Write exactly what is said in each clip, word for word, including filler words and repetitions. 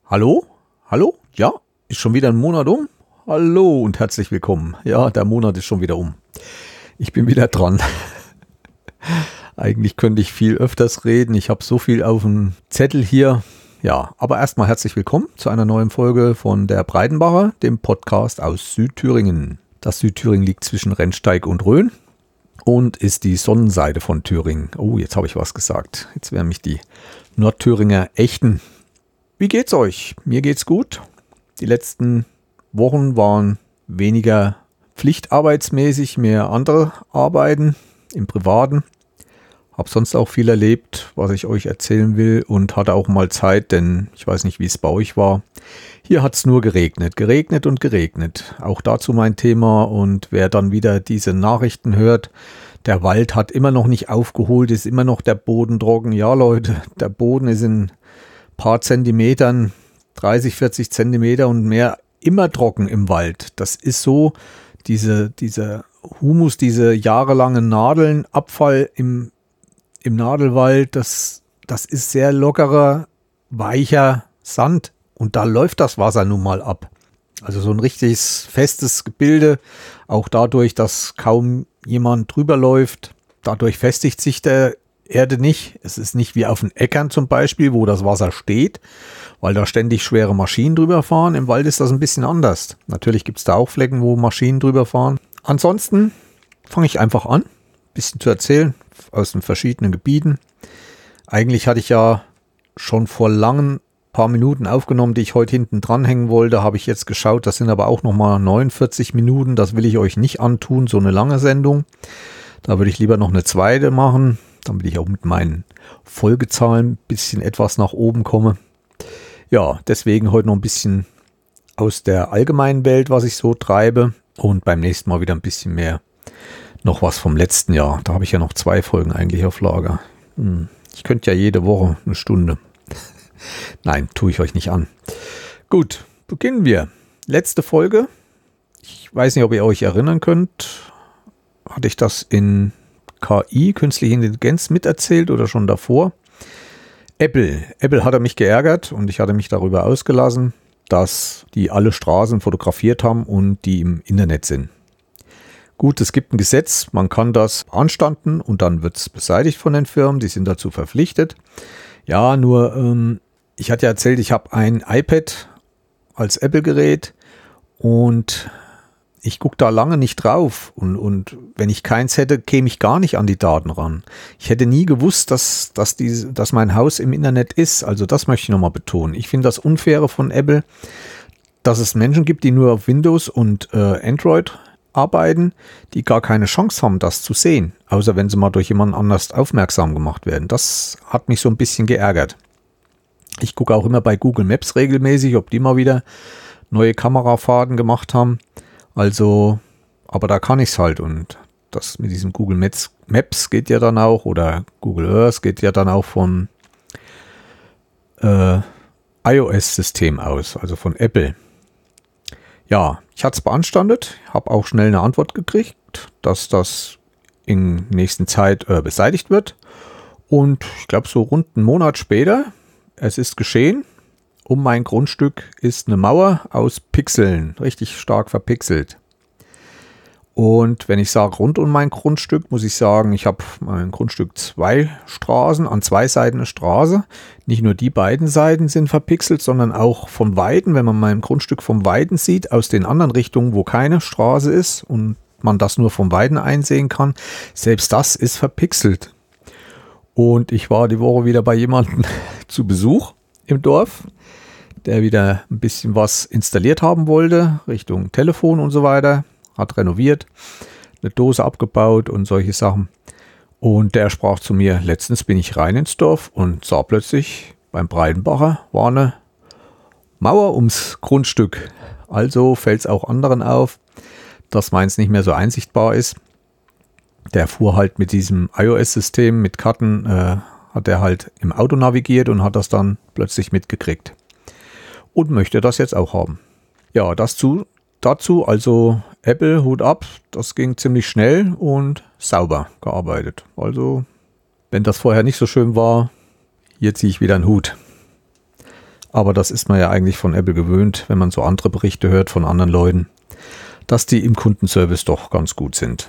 Hallo? Hallo? Ja, ist schon wieder ein Monat um? Hallo und herzlich willkommen. Ja, der Monat ist schon wieder um. Ich bin wieder dran. Eigentlich könnte ich viel öfters reden. Ich habe so viel auf dem Zettel hier. Ja, aber erstmal herzlich willkommen zu einer neuen Folge von der Breitenbacher, dem Podcast aus Südthüringen. Das Südthüringen liegt zwischen Rennsteig und Rhön und ist die Sonnenseite von Thüringen. Oh, jetzt habe ich was gesagt. Jetzt werden mich die Nordthüringer ächten. Wie geht's euch? Mir geht's gut. Die letzten Wochen waren weniger pflichtarbeitsmäßig, mehr andere Arbeiten im Privaten. Hab sonst auch viel erlebt, was ich euch erzählen will und hatte auch mal Zeit, denn ich weiß nicht, wie es bei euch war. Hier hat's nur geregnet, geregnet und geregnet. Auch dazu mein Thema, und wer dann wieder diese Nachrichten hört, der Wald hat immer noch nicht aufgeholt, ist immer noch der Boden trocken. Ja Leute, der Boden ist in paar Zentimetern, dreißig, vierzig Zentimeter und mehr, immer trocken im Wald. Das ist so, diese, dieser Humus, diese jahrelangen Nadeln, Abfall im, im Nadelwald, das, das ist sehr lockerer, weicher Sand und da läuft das Wasser nun mal ab. Also so ein richtiges festes Gebilde, auch dadurch, dass kaum jemand drüber läuft, dadurch festigt sich der Erde nicht. Es ist nicht wie auf den Äckern zum Beispiel, wo das Wasser steht, weil da ständig schwere Maschinen drüber fahren. Im Wald ist das ein bisschen anders. Natürlich gibt es da auch Flecken, wo Maschinen drüber fahren. Ansonsten fange ich einfach an, ein bisschen zu erzählen aus den verschiedenen Gebieten. Eigentlich hatte ich ja schon vor langen paar Minuten aufgenommen, die ich heute hinten dranhängen wollte. Habe ich jetzt geschaut, das sind aber auch nochmal neunundvierzig Minuten. Das will ich euch nicht antun, so eine lange Sendung. Da würde ich lieber noch eine zweite machen, damit ich auch mit meinen Folgezahlen ein bisschen etwas nach oben komme. Ja, deswegen heute noch ein bisschen aus der allgemeinen Welt, was ich so treibe, und beim nächsten Mal wieder ein bisschen mehr noch was vom letzten Jahr. Da habe ich ja noch zwei Folgen eigentlich auf Lager. Hm. Ich könnte ja jede Woche eine Stunde. Nein, tue ich euch nicht an. Gut, beginnen wir. Letzte Folge. Ich weiß nicht, ob ihr euch erinnern könnt. Hatte ich das in K I, künstliche Intelligenz, miterzählt oder schon davor? Apple. Apple hatte mich geärgert und ich hatte mich darüber ausgelassen, dass die alle Straßen fotografiert haben und die im Internet sind. Gut, es gibt ein Gesetz, man kann das beanstanden und dann wird es beseitigt von den Firmen, die sind dazu verpflichtet. Ja, nur, ähm, ich hatte ja erzählt, ich habe ein iPad als Apple-Gerät und ich gucke da lange nicht drauf und, und wenn ich keins hätte, käme ich gar nicht an die Daten ran. Ich hätte nie gewusst, dass, dass, die, dass mein Haus im Internet ist. Also das möchte ich nochmal betonen. Ich finde das Unfaire von Apple, dass es Menschen gibt, die nur auf Windows und äh, Android arbeiten, die gar keine Chance haben, das zu sehen. Außer wenn sie mal durch jemanden anders aufmerksam gemacht werden. Das hat mich so ein bisschen geärgert. Ich gucke auch immer bei Google Maps regelmäßig, ob die mal wieder neue Kamerafahrten gemacht haben. Also, aber da kann ich es halt, und das mit diesem Google Maps, Maps geht ja dann auch, oder Google Earth geht ja dann auch vom äh, iOS-System aus, also von Apple. Ja, ich hatte es beanstandet, habe auch schnell eine Antwort gekriegt, dass das in nächsten Zeit äh, beseitigt wird, und ich glaube so rund einen Monat später, es ist geschehen. Um mein Grundstück ist eine Mauer aus Pixeln, richtig stark verpixelt. Und wenn ich sage rund um mein Grundstück, muss ich sagen, ich habe mein Grundstück zwei Straßen, an zwei Seiten eine Straße. Nicht nur die beiden Seiten sind verpixelt, sondern auch vom Weiten, wenn man mein Grundstück vom Weiten sieht, aus den anderen Richtungen, wo keine Straße ist und man das nur vom Weiten einsehen kann, selbst das ist verpixelt. Und ich war die Woche wieder bei jemandem zu Besuch im Dorf, der wieder ein bisschen was installiert haben wollte, Richtung Telefon und so weiter, hat renoviert, eine Dose abgebaut und solche Sachen. Und der sprach zu mir, letztens bin ich rein ins Dorf und sah plötzlich, beim Breitenbacher war eine Mauer ums Grundstück. Also fällt es auch anderen auf, dass meins nicht mehr so einsichtbar ist. Der fuhr halt mit diesem iOS-System, mit Karten, äh, hat er halt im Auto navigiert und hat das dann plötzlich mitgekriegt. Und möchte das jetzt auch haben. Ja, das zu, dazu, also Apple, Hut ab, das ging ziemlich schnell und sauber gearbeitet. Also, wenn das vorher nicht so schön war, hier ziehe ich wieder einen Hut. Aber das ist man ja eigentlich von Apple gewöhnt, wenn man so andere Berichte hört von anderen Leuten, dass die im Kundenservice doch ganz gut sind.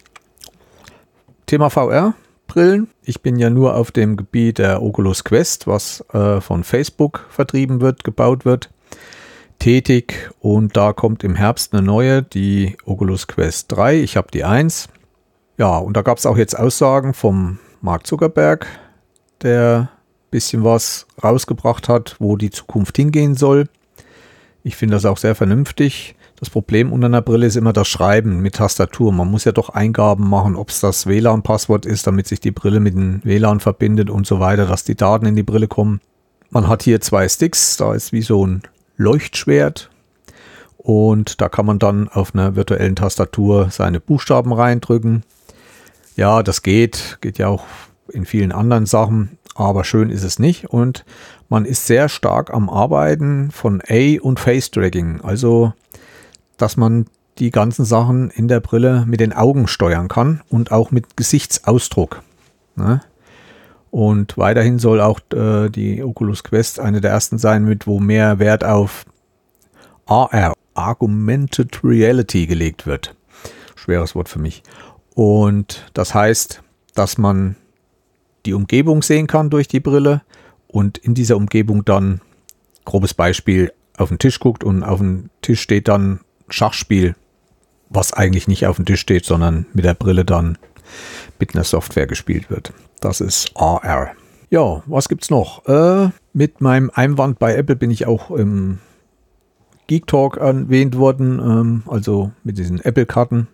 Thema V R-Brillen. Ich bin ja nur auf dem Gebiet der Oculus Quest, was äh, von Facebook vertrieben wird, gebaut wird, tätig. Und da kommt im Herbst eine neue, die Oculus Quest drei. Ich habe die eins. Ja, und da gab es auch jetzt Aussagen vom Mark Zuckerberg, der ein bisschen was rausgebracht hat, wo die Zukunft hingehen soll. Ich finde das auch sehr vernünftig. Das Problem unter einer Brille ist immer das Schreiben mit Tastatur. Man muss ja doch Eingaben machen, ob es das W L A N-Passwort ist, damit sich die Brille mit dem W L A N verbindet und so weiter, dass die Daten in die Brille kommen. Man hat hier zwei Sticks, da ist wie so ein Leuchtschwert und da kann man dann auf einer virtuellen Tastatur seine Buchstaben reindrücken. Ja, das geht, geht ja auch in vielen anderen Sachen, aber schön ist es nicht und man ist sehr stark am Arbeiten von A- und Face-Tracking, also dass man die ganzen Sachen in der Brille mit den Augen steuern kann und auch mit Gesichtsausdruck. Ne? Und weiterhin soll auch äh, die Oculus Quest eine der ersten sein, mit wo mehr Wert auf A R, Augmented Reality, gelegt wird. Schweres Wort für mich. Und das heißt, dass man die Umgebung sehen kann durch die Brille und in dieser Umgebung dann, grobes Beispiel, auf den Tisch guckt und auf dem Tisch steht dann Schachspiel, was eigentlich nicht auf dem Tisch steht, sondern mit der Brille dann mit einer Software gespielt wird. Das ist A R. Ja, was gibt's noch? Äh, mit meinem Einwand bei Apple bin ich auch im Geek Talk erwähnt worden, ähm, also mit diesen Apple-Karten.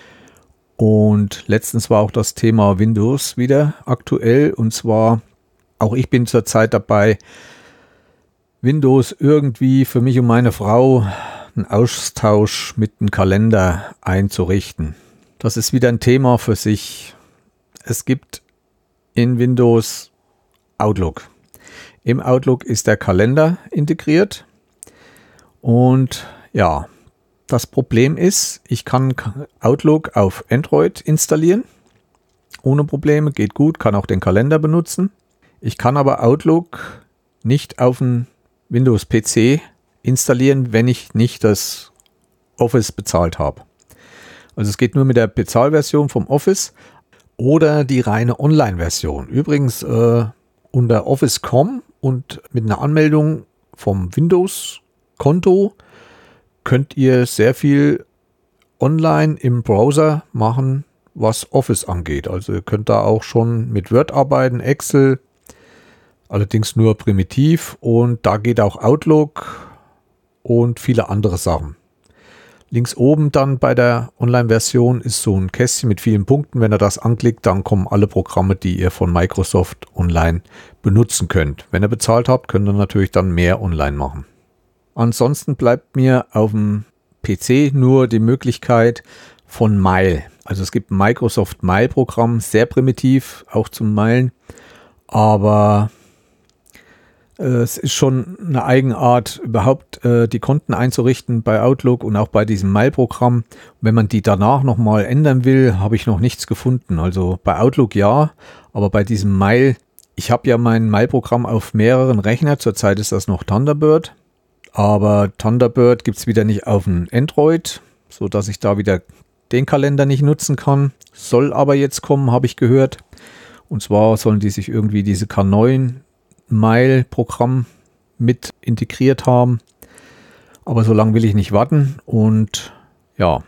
Und letztens war auch das Thema Windows wieder aktuell. Und zwar, auch ich bin zurzeit dabei, Windows irgendwie für mich und meine Frau einen Austausch mit einem Kalender einzurichten. Das ist wieder ein Thema für sich. Es gibt in Windows Outlook. Im Outlook ist der Kalender integriert. Und ja, das Problem ist, ich kann Outlook auf Android installieren. Ohne Probleme, geht gut, kann auch den Kalender benutzen. Ich kann aber Outlook nicht auf dem Windows-P C installieren, wenn ich nicht das Office bezahlt habe. Also es geht nur mit der Bezahlversion vom Office oder die reine Online-Version. Übrigens äh, unter Office Punkt com und mit einer Anmeldung vom Windows-Konto könnt ihr sehr viel online im Browser machen, was Office angeht. Also ihr könnt da auch schon mit Word arbeiten, Excel, allerdings nur primitiv, und da geht auch Outlook und viele andere Sachen. Links oben dann bei der Online-Version ist so ein Kästchen mit vielen Punkten. Wenn ihr das anklickt, dann kommen alle Programme, die ihr von Microsoft online benutzen könnt. Wenn ihr bezahlt habt, könnt ihr natürlich dann mehr online machen. Ansonsten bleibt mir auf dem P C nur die Möglichkeit von Mail. Also es gibt ein Microsoft Mail-Programm, sehr primitiv, auch zum Mailen, aber es ist schon eine Eigenart, überhaupt äh, die Konten einzurichten bei Outlook und auch bei diesem Mail-Programm. Wenn man die danach nochmal ändern will, habe ich noch nichts gefunden. Also bei Outlook ja, aber bei diesem Mail, ich habe ja mein Mail-Programm auf mehreren Rechnern. Zurzeit ist das noch Thunderbird, aber Thunderbird gibt es wieder nicht auf dem Android, sodass ich da wieder den Kalender nicht nutzen kann. Soll aber jetzt kommen, habe ich gehört. Und zwar sollen die sich irgendwie diese K neun Mail-Programm mit integriert haben. Aber so lange will ich nicht warten. Und ja,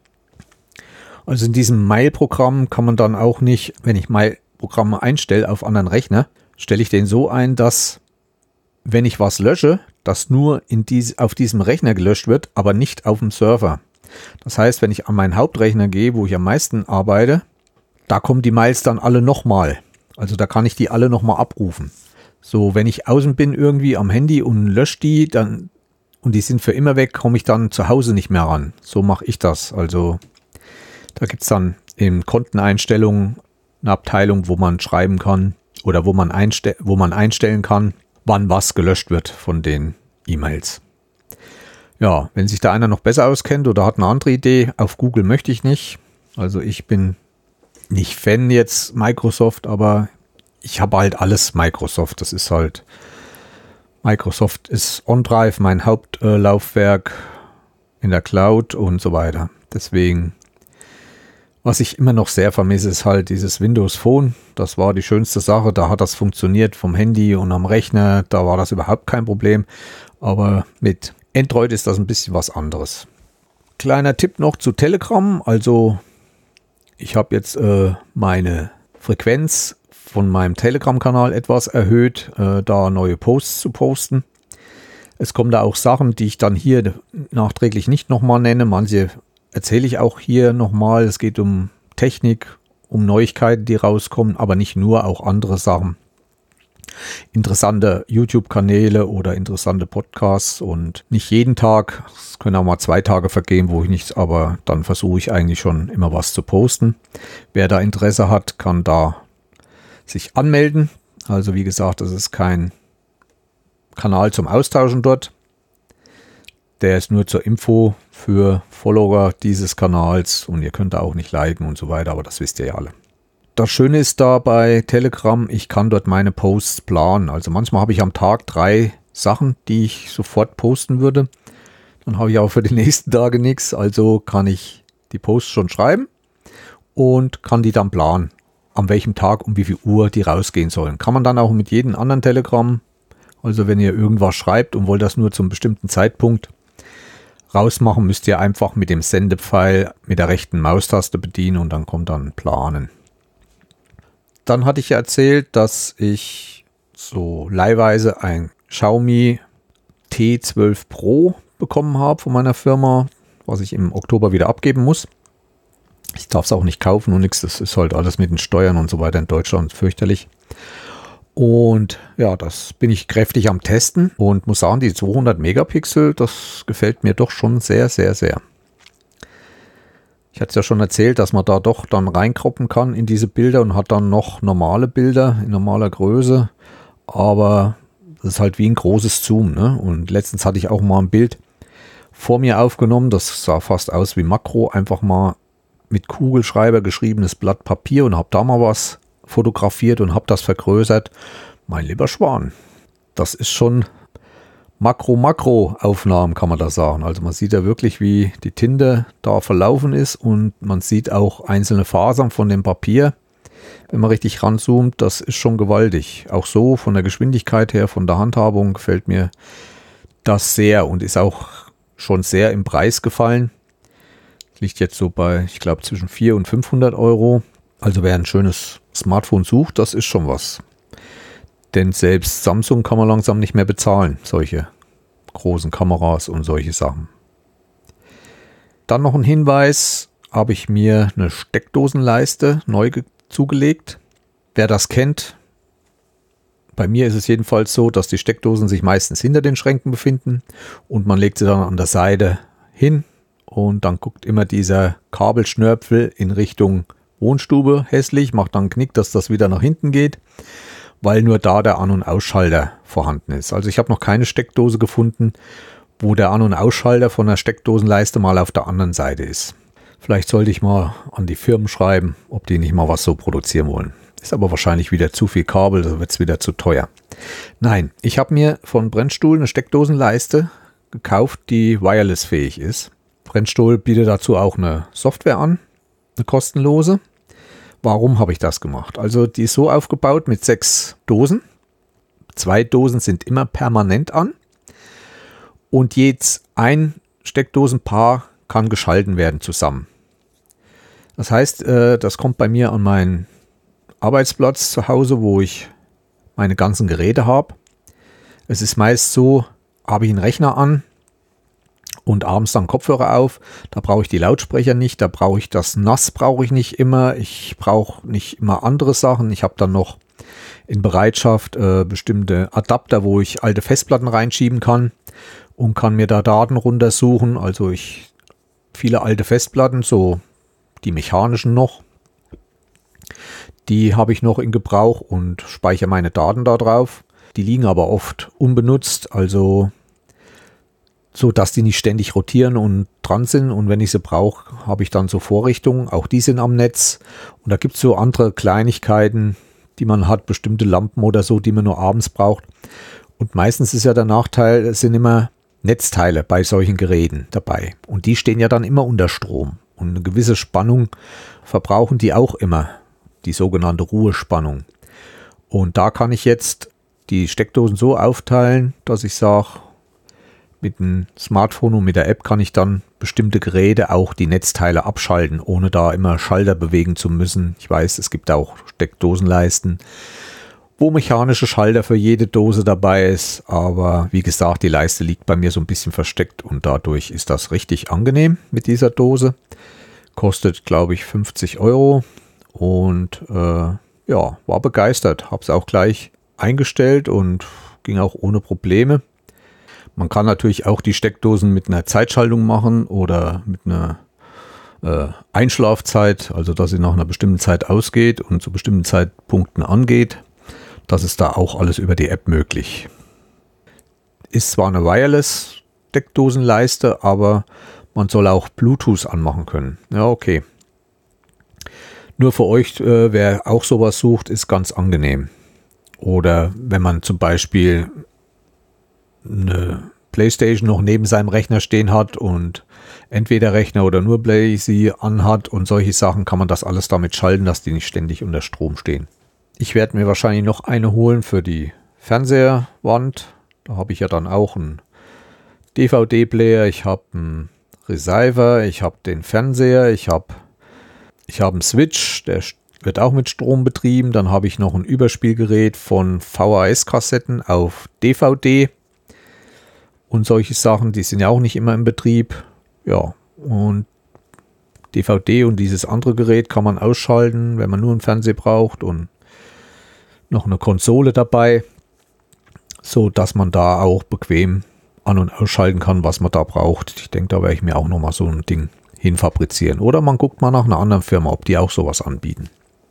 also in diesem Mail-Programm kann man dann auch nicht, wenn ich Mail-Programme einstelle auf anderen Rechner, stelle ich den so ein, dass, wenn ich was lösche, das nur in diese, auf diesem Rechner gelöscht wird, aber nicht auf dem Server. Das heißt, wenn ich an meinen Hauptrechner gehe, wo ich am meisten arbeite, da kommen die Mails dann alle nochmal. Also da kann ich die alle nochmal abrufen. So, wenn ich außen bin irgendwie am Handy und lösche die, dann, und die sind für immer weg, komme ich dann zu Hause nicht mehr ran. So mache ich das. Also da gibt es dann in Konteneinstellungen eine Abteilung, wo man schreiben kann oder wo man, einste- wo man einstellen kann, wann was gelöscht wird von den E-Mails. Ja, wenn sich da einer noch besser auskennt oder hat eine andere Idee, auf Google möchte ich nicht. Also ich bin nicht Fan jetzt Microsoft, aber ich habe halt alles Microsoft. Das ist halt, Microsoft ist OneDrive mein Hauptlaufwerk äh, in der Cloud und so weiter. Deswegen, was ich immer noch sehr vermisse, ist halt dieses Windows Phone. Das war die schönste Sache. Da hat das funktioniert vom Handy und am Rechner. Da war das überhaupt kein Problem. Aber mit Android ist das ein bisschen was anderes. Kleiner Tipp noch zu Telegram. Also ich habe jetzt äh, meine Frequenz von meinem Telegram-Kanal etwas erhöht, äh, da neue Posts zu posten. Es kommen da auch Sachen, die ich dann hier nachträglich nicht nochmal nenne. Manche erzähle ich auch hier nochmal. Es geht um Technik, um Neuigkeiten, die rauskommen, aber nicht nur, auch andere Sachen. Interessante YouTube-Kanäle oder interessante Podcasts und nicht jeden Tag. Es können auch mal zwei Tage vergehen, wo ich nichts, aber dann versuche ich eigentlich schon immer was zu posten. Wer da Interesse hat, kann da sich anmelden. Also wie gesagt, das ist kein Kanal zum Austauschen dort. Der ist nur zur Info für Follower dieses Kanals und ihr könnt da auch nicht liken und so weiter, aber das wisst ihr ja alle. Das Schöne ist da bei Telegram, ich kann dort meine Posts planen. Also manchmal habe ich am Tag drei Sachen, die ich sofort posten würde. Dann habe ich auch für die nächsten Tage nichts. Also kann ich die Posts schon schreiben und kann die dann planen, an welchem Tag um wie viel Uhr die rausgehen sollen. Kann man dann auch mit jedem anderen Telegram, also wenn ihr irgendwas schreibt und wollt das nur zum bestimmten Zeitpunkt rausmachen, müsst ihr einfach mit dem Sendepfeil mit der rechten Maustaste bedienen und dann kommt dann Planen. Dann hatte ich ja erzählt, dass ich so leihweise ein Xiaomi T zwölf Pro bekommen habe von meiner Firma, was ich im Oktober wieder abgeben muss. Ich darf es auch nicht kaufen und nichts, das ist halt alles mit den Steuern und so weiter in Deutschland fürchterlich. Und ja, das bin ich kräftig am Testen und muss sagen, die zweihundert Megapixel, das gefällt mir doch schon sehr, sehr, sehr. Ich hatte es ja schon erzählt, dass man da doch dann reinkroppen kann in diese Bilder und hat dann noch normale Bilder in normaler Größe. Aber das ist halt wie ein großes Zoom, ne? Und letztens hatte ich auch mal ein Bild vor mir aufgenommen, das sah fast aus wie Makro, einfach mal mit Kugelschreiber geschriebenes Blatt Papier und habe da mal was fotografiert und habe das vergrößert. Mein lieber Schwan, das ist schon Makro-Makro-Aufnahmen, kann man da sagen. Also man sieht ja wirklich, wie die Tinte da verlaufen ist und man sieht auch einzelne Fasern von dem Papier. Wenn man richtig ranzoomt, das ist schon gewaltig. Auch so von der Geschwindigkeit her, von der Handhabung gefällt mir das sehr und ist auch schon sehr im Preis gefallen. Liegt jetzt so bei, ich glaube, zwischen vierhundert und fünfhundert Euro. Also wer ein schönes Smartphone sucht, das ist schon was. Denn selbst Samsung kann man langsam nicht mehr bezahlen, solche großen Kameras und solche Sachen. Dann noch ein Hinweis, habe ich mir eine Steckdosenleiste neu zugelegt. Wer das kennt, bei mir ist es jedenfalls so, dass die Steckdosen sich meistens hinter den Schränken befinden und man legt sie dann an der Seite hin und dann guckt immer dieser Kabelschnörpfel in Richtung Wohnstube hässlich, macht dann einen Knick, dass das wieder nach hinten geht, weil nur da der An- und Ausschalter vorhanden ist. Also ich habe noch keine Steckdose gefunden, wo der An- und Ausschalter von der Steckdosenleiste mal auf der anderen Seite ist. Vielleicht sollte ich mal an die Firmen schreiben, ob die nicht mal was so produzieren wollen. Ist aber wahrscheinlich wieder zu viel Kabel, da wird es wieder zu teuer. Nein, ich habe mir von Brennstuhl eine Steckdosenleiste gekauft, die wireless-fähig ist. Brennstuhl bietet dazu auch eine Software an, eine kostenlose. Warum habe ich das gemacht? Also die ist so aufgebaut mit sechs Dosen. Zwei Dosen sind immer permanent an. Und jetzt ein Steckdosenpaar kann geschalten werden zusammen. Das heißt, das kommt bei mir an meinen Arbeitsplatz zu Hause, wo ich meine ganzen Geräte habe. Es ist meist so, habe ich einen Rechner an und abends dann Kopfhörer auf. Da brauche ich die Lautsprecher nicht, da brauche ich das N A S brauche ich nicht immer. Ich brauche nicht immer andere Sachen. Ich habe dann noch in Bereitschaft äh, bestimmte Adapter, wo ich alte Festplatten reinschieben kann und kann mir da Daten runtersuchen. Also ich viele alte Festplatten, so die mechanischen noch, die habe ich noch in Gebrauch und speichere meine Daten da drauf. Die liegen aber oft unbenutzt, also so, dass die nicht ständig rotieren und dran sind. Und wenn ich sie brauche, habe ich dann so Vorrichtungen. Auch die sind am Netz. Und da gibt es so andere Kleinigkeiten, die man hat, bestimmte Lampen oder so, die man nur abends braucht. Und meistens ist ja der Nachteil, es sind immer Netzteile bei solchen Geräten dabei. Und die stehen ja dann immer unter Strom. Und eine gewisse Spannung verbrauchen die auch immer, die sogenannte Ruhespannung. Und da kann ich jetzt die Steckdosen so aufteilen, dass ich sage, mit dem Smartphone und mit der App kann ich dann bestimmte Geräte auch die Netzteile abschalten, ohne da immer Schalter bewegen zu müssen. Ich weiß, es gibt auch Steckdosenleisten, wo mechanische Schalter für jede Dose dabei ist. Aber wie gesagt, die Leiste liegt bei mir so ein bisschen versteckt und dadurch ist das richtig angenehm mit dieser Dose. Kostet, glaube ich, fünfzig Euro und äh, ja, war begeistert. Habe es auch gleich eingestellt und ging auch ohne Probleme. Man kann natürlich auch die Steckdosen mit einer Zeitschaltung machen oder mit einer äh, Einschlafzeit, also dass sie nach einer bestimmten Zeit ausgeht und zu bestimmten Zeitpunkten angeht. Das ist da auch alles über die App möglich. Ist zwar eine Wireless-Steckdosenleiste, aber man soll auch Bluetooth anmachen können. Ja, okay. Nur für euch, äh, wer auch sowas sucht, ist ganz angenehm. Oder wenn man zum Beispiel eine Playstation noch neben seinem Rechner stehen hat und entweder Rechner oder nur Play sie anhat und solche Sachen, kann man das alles damit schalten, dass die nicht ständig unter Strom stehen. Ich werde mir wahrscheinlich noch eine holen für die Fernseherwand. Da habe ich ja dann auch einen D V D-Player, ich habe einen Receiver, ich habe den Fernseher, ich habe ich habe einen Switch, der wird auch mit Strom betrieben. Dann habe ich noch ein Überspielgerät von V H S-Kassetten auf D V D. Und solche Sachen, die sind ja auch nicht immer im Betrieb. Ja, und D V D und dieses andere Gerät kann man ausschalten, wenn man nur einen Fernseher braucht und noch eine Konsole dabei, so dass man da auch bequem an- und ausschalten kann, was man da braucht. Ich denke, da werde ich mir auch nochmal so ein Ding hinfabrizieren. Oder man guckt mal nach einer anderen Firma, ob die auch sowas anbieten.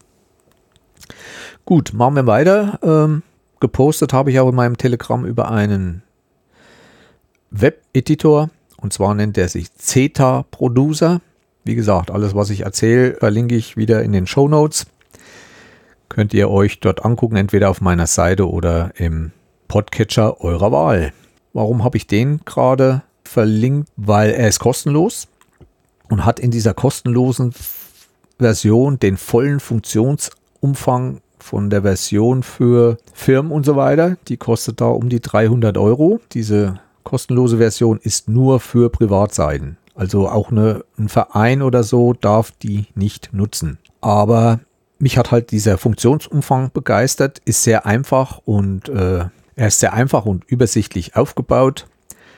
Gut, machen wir weiter. Ähm, gepostet habe ich auch in meinem Telegram über einen Web-Editor, und zwar nennt er sich Zeta Producer. Wie gesagt, alles was ich erzähle, verlinke ich wieder in den Shownotes. Könnt ihr euch dort angucken, entweder auf meiner Seite oder im Podcatcher eurer Wahl. Warum habe ich den gerade verlinkt? Weil er ist kostenlos und hat in dieser kostenlosen Version den vollen Funktionsumfang von der Version für Firmen und so weiter. Die kostet da um die dreihundert Euro. Diese kostenlose Version ist nur für Privatseiten. Also auch eine, ein Verein oder so darf die nicht nutzen. Aber mich hat halt dieser Funktionsumfang begeistert, ist sehr einfach und äh, er ist sehr einfach und übersichtlich aufgebaut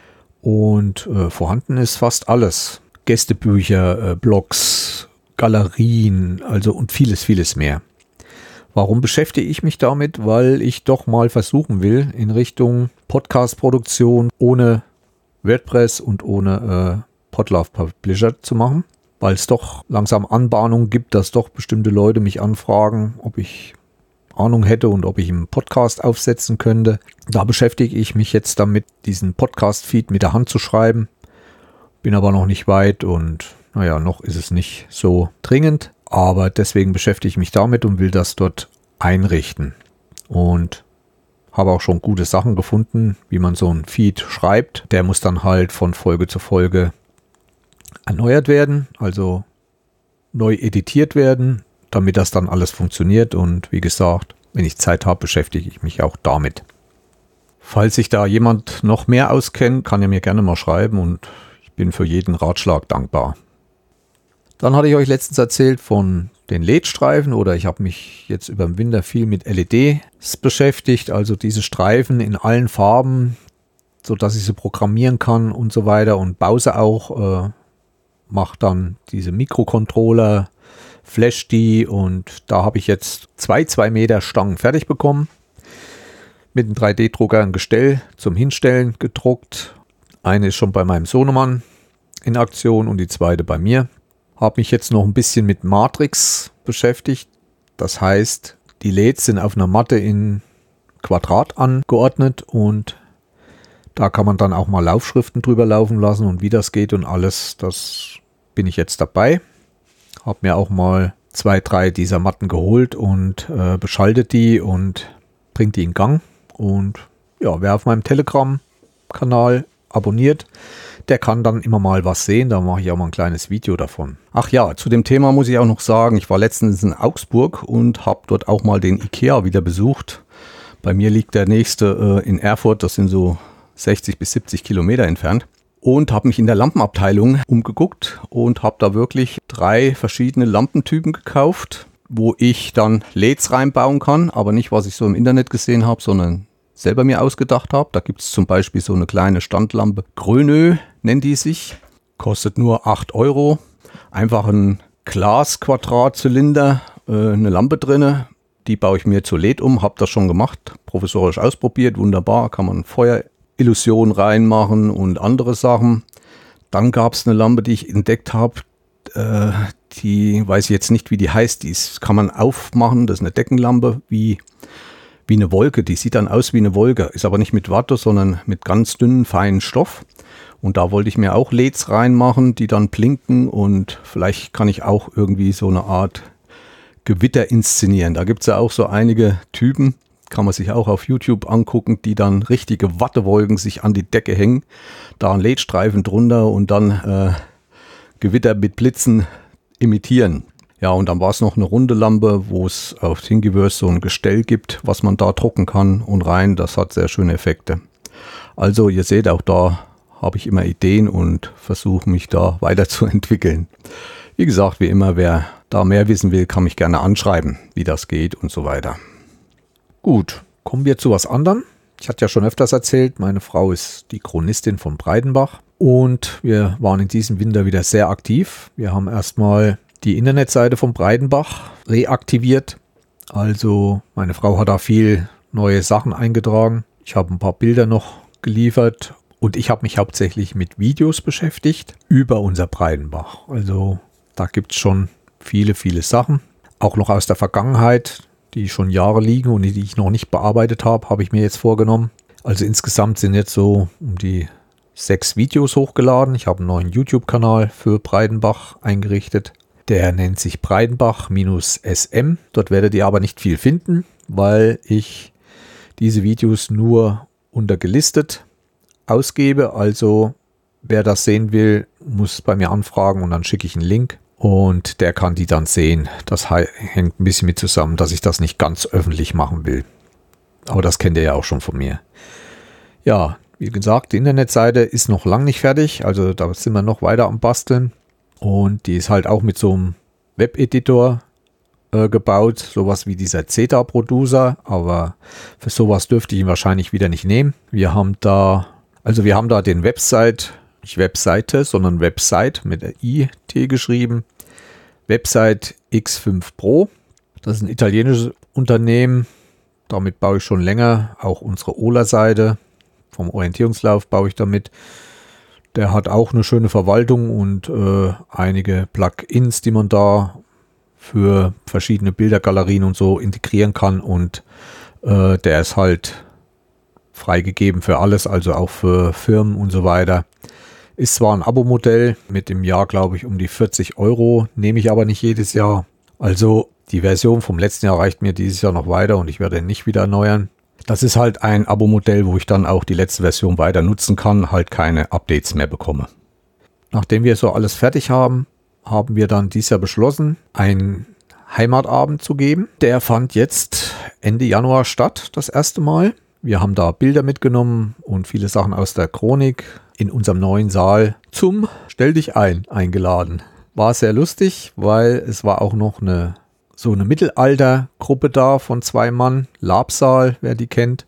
und äh, vorhanden ist fast alles. Gästebücher, äh, Blogs, Galerien, also und vieles, vieles mehr. Warum beschäftige ich mich damit? Weil ich doch mal versuchen will, in Richtung Podcast-Produktion ohne WordPress und ohne äh, Podlove Publisher zu machen. Weil es doch langsam Anbahnungen gibt, dass doch bestimmte Leute mich anfragen, ob ich Ahnung hätte und ob ich einen Podcast aufsetzen könnte. Da beschäftige ich mich jetzt damit, diesen Podcast-Feed mit der Hand zu schreiben. Bin aber noch nicht weit und naja, noch ist es nicht so dringend. Aber deswegen beschäftige ich mich damit und will das dort einrichten. Und habe auch schon gute Sachen gefunden, wie man so einen Feed schreibt. Der muss dann halt von Folge zu Folge erneuert werden, also neu editiert werden, damit das dann alles funktioniert. Und wie gesagt, wenn ich Zeit habe, beschäftige ich mich auch damit. Falls sich da jemand noch mehr auskennt, kann er mir gerne mal schreiben und ich bin für jeden Ratschlag dankbar. Dann hatte ich euch letztens erzählt von den L E D-Streifen oder ich habe mich jetzt über den Winter viel mit L E Ds beschäftigt, also diese Streifen in allen Farben, sodass ich sie programmieren kann und so weiter und baue sie auch, äh, mache dann diese Mikrocontroller, flash die und da habe ich jetzt zwei zwei Meter Stangen fertig bekommen. Mit einem drei D-Drucker ein Gestell zum Hinstellen gedruckt. Eine ist schon bei meinem Sohnemann in Aktion und die zweite bei mir. Habe mich jetzt noch ein bisschen mit Matrix beschäftigt. Das heißt, die L E Ds sind auf einer Matte in Quadrat angeordnet und da kann man dann auch mal Laufschriften drüber laufen lassen und wie das geht und alles, das bin ich jetzt dabei. Habe mir auch mal zwei, drei dieser Matten geholt und äh, beschaltet die und bringt die in Gang. Und ja, wer auf meinem Telegram-Kanal abonniert, der kann dann immer mal was sehen. Da mache ich auch mal ein kleines Video davon. Ach ja, zu dem Thema muss ich auch noch sagen, ich war letztens in Augsburg und habe dort auch mal den IKEA wieder besucht. Bei mir liegt der nächste äh, in Erfurt, das sind so sechzig bis siebzig Kilometer entfernt. Und habe mich in der Lampenabteilung umgeguckt und habe da wirklich drei verschiedene Lampentypen gekauft, wo ich dann L E Ds reinbauen kann, aber nicht, was ich so im Internet gesehen habe, sondern selber mir ausgedacht habe. Da gibt es zum Beispiel so eine kleine Standlampe, Grönö nennt die sich, kostet nur acht Euro. Einfach ein Glas-Quadratzylinder, äh, eine Lampe drinne. Die baue ich mir zur L E D um, habe das schon gemacht, provisorisch ausprobiert, wunderbar, kann man Feuerillusion reinmachen und andere Sachen. Dann gab es eine Lampe, die ich entdeckt habe, äh, die weiß ich jetzt nicht, wie die heißt, die ist, kann man aufmachen, das ist eine Deckenlampe, wie, wie eine Wolke, die sieht dann aus wie eine Wolke, ist aber nicht mit Watte, sondern mit ganz dünnen, feinen Stoff. Und da wollte ich mir auch L E Ds reinmachen, die dann blinken und vielleicht kann ich auch irgendwie so eine Art Gewitter inszenieren. Da gibt es ja auch so einige Typen, kann man sich auch auf YouTube angucken, die dann richtige Wattewolken sich an die Decke hängen, da ein L E D-Streifen drunter und dann äh, Gewitter mit Blitzen imitieren. Ja, und dann war es noch eine runde Lampe, wo es auf Thingiverse so ein Gestell gibt, was man da drucken kann und rein. Das hat sehr schöne Effekte. Also ihr seht, auch da habe ich immer Ideen und versuche mich da weiterzuentwickeln. Wie gesagt, wie immer, wer da mehr wissen will, kann mich gerne anschreiben, wie das geht und so weiter. Gut, kommen wir zu was anderem. Ich hatte ja schon öfters erzählt, meine Frau ist die Chronistin von Breidenbach und wir waren in diesem Winter wieder sehr aktiv. Wir haben erstmal die Internetseite von Breidenbach reaktiviert. Also meine Frau hat da viel neue Sachen eingetragen. Ich habe ein paar Bilder noch geliefert und ich habe mich hauptsächlich mit Videos beschäftigt über unser Breidenbach. Also da gibt es schon viele, viele Sachen. Auch noch aus der Vergangenheit, die schon Jahre liegen und die ich noch nicht bearbeitet habe, habe ich mir jetzt vorgenommen. Also insgesamt sind jetzt so um die sechs Videos hochgeladen. Ich habe einen neuen YouTube-Kanal für Breidenbach eingerichtet. Der nennt sich Breidenbach-S M. Dort werdet ihr aber nicht viel finden, weil ich diese Videos nur unter gelistet ausgebe. Also wer das sehen will, muss bei mir anfragen und dann schicke ich einen Link. Und der kann die dann sehen. Das hängt ein bisschen mit zusammen, dass ich das nicht ganz öffentlich machen will. Aber das kennt ihr ja auch schon von mir. Ja, wie gesagt, die Internetseite ist noch lang nicht fertig. Also da sind wir noch weiter am Basteln. Und die ist halt auch mit so einem Webeditor äh, gebaut. Sowas wie dieser Zeta-Producer. Aber für sowas dürfte ich ihn wahrscheinlich wieder nicht nehmen. Wir haben da, also wir haben da den Website... nicht Webseite, sondern Website mit der I T geschrieben. Website X fünf Pro. Das ist ein italienisches Unternehmen. Damit baue ich schon länger. Auch unsere Ola-Seite vom Orientierungslauf baue ich damit. Der hat auch eine schöne Verwaltung und äh, einige Plugins, die man da für verschiedene Bildergalerien und so integrieren kann. Und äh, der ist halt freigegeben für alles, also auch für Firmen und so weiter. Ist zwar ein Abo-Modell mit im Jahr, glaube ich, um die vierzig Euro, nehme ich aber nicht jedes Jahr. Also die Version vom letzten Jahr reicht mir dieses Jahr noch weiter und ich werde ihn nicht wieder erneuern. Das ist halt ein Abo-Modell, wo ich dann auch die letzte Version weiter nutzen kann, halt keine Updates mehr bekomme. Nachdem wir so alles fertig haben, haben wir dann dieses Jahr beschlossen, einen Heimatabend zu geben. Der fand jetzt Ende Januar statt, das erste Mal. Wir haben da Bilder mitgenommen und viele Sachen aus der Chronik in unserem neuen Saal zum Stell dich ein eingeladen. War sehr lustig, weil es war auch noch eine so eine Mittelaltergruppe da von zwei Mann. Labsaal, wer die kennt.